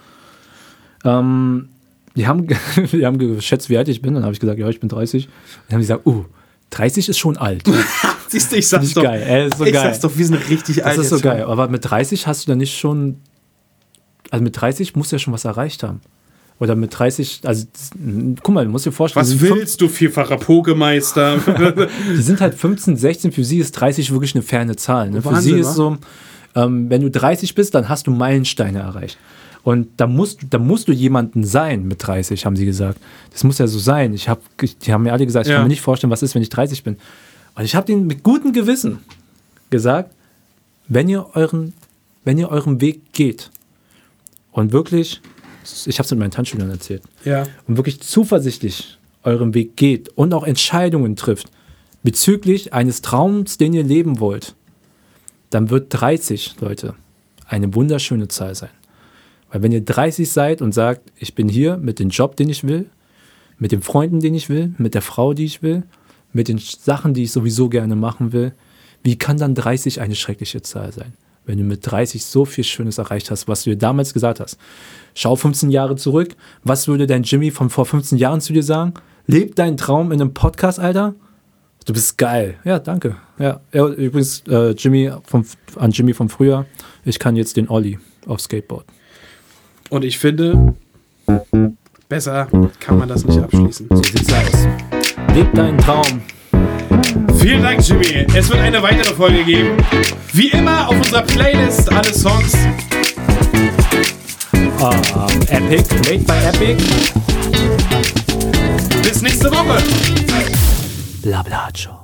Ähm, die haben, die haben geschätzt, wie alt ich bin. Dann habe ich gesagt, ja, ich bin dreißig. Dann haben die gesagt, uh, dreißig ist schon alt. Siehst du, ich sag's ich doch. geil. Ey, ist so ich geil. sag's doch, wir sind richtig alt. Das ist so jetzt geil. Aber mit dreißig hast du dann nicht schon. Also mit dreißig musst du ja schon was erreicht haben. Oder mit dreißig, also guck mal, du musst dir vorstellen. Was willst du, vierfacher Pogemeister? Die sind halt fünfzehn, sechzehn, für sie ist dreißig wirklich eine ferne Zahl. Ne? Für Wahnsinn, sie ist wa? so, ähm, wenn du dreißig bist, dann hast du Meilensteine erreicht. Und da musst, da musst du jemanden sein mit dreißig, haben sie gesagt. Das muss ja so sein. Ich hab, die haben mir alle gesagt, ich Ja. kann mir nicht vorstellen, was ist, wenn ich dreißig bin. Und ich habe denen mit gutem Gewissen gesagt, wenn ihr euren, wenn ihr euren Weg geht und wirklich, ich habe es mit meinen Tanzschülern erzählt, Ja. und wirklich zuversichtlich euren Weg geht und auch Entscheidungen trifft bezüglich eines Traums, den ihr leben wollt, dann wird dreißig, Leute, eine wunderschöne Zahl sein. Weil wenn ihr dreißig seid und sagt, ich bin hier mit dem Job, den ich will, mit den Freunden, den ich will, mit der Frau, die ich will, mit den Sachen, die ich sowieso gerne machen will, wie kann dann dreißig eine schreckliche Zahl sein? Wenn du mit dreißig so viel Schönes erreicht hast, was du dir damals gesagt hast. Schau fünfzehn Jahre zurück. Was würde dein Jimmy von vor fünfzehn Jahren zu dir sagen? Leb deinen Traum in einem Podcast, Alter. Du bist geil. Ja, danke. Ja, ja übrigens, äh, Jimmy vom, an Jimmy von früher. Ich kann jetzt den Olli auf Skateboard. Und ich finde, besser kann man das nicht abschließen. So sieht's aus. Leb deinen Traum. Vielen Dank, Jimmy. Es wird eine weitere Folge geben. Wie immer auf unserer Playlist alle Songs. Um, Epic, made by Epic. Bis nächste Woche. Blablacho.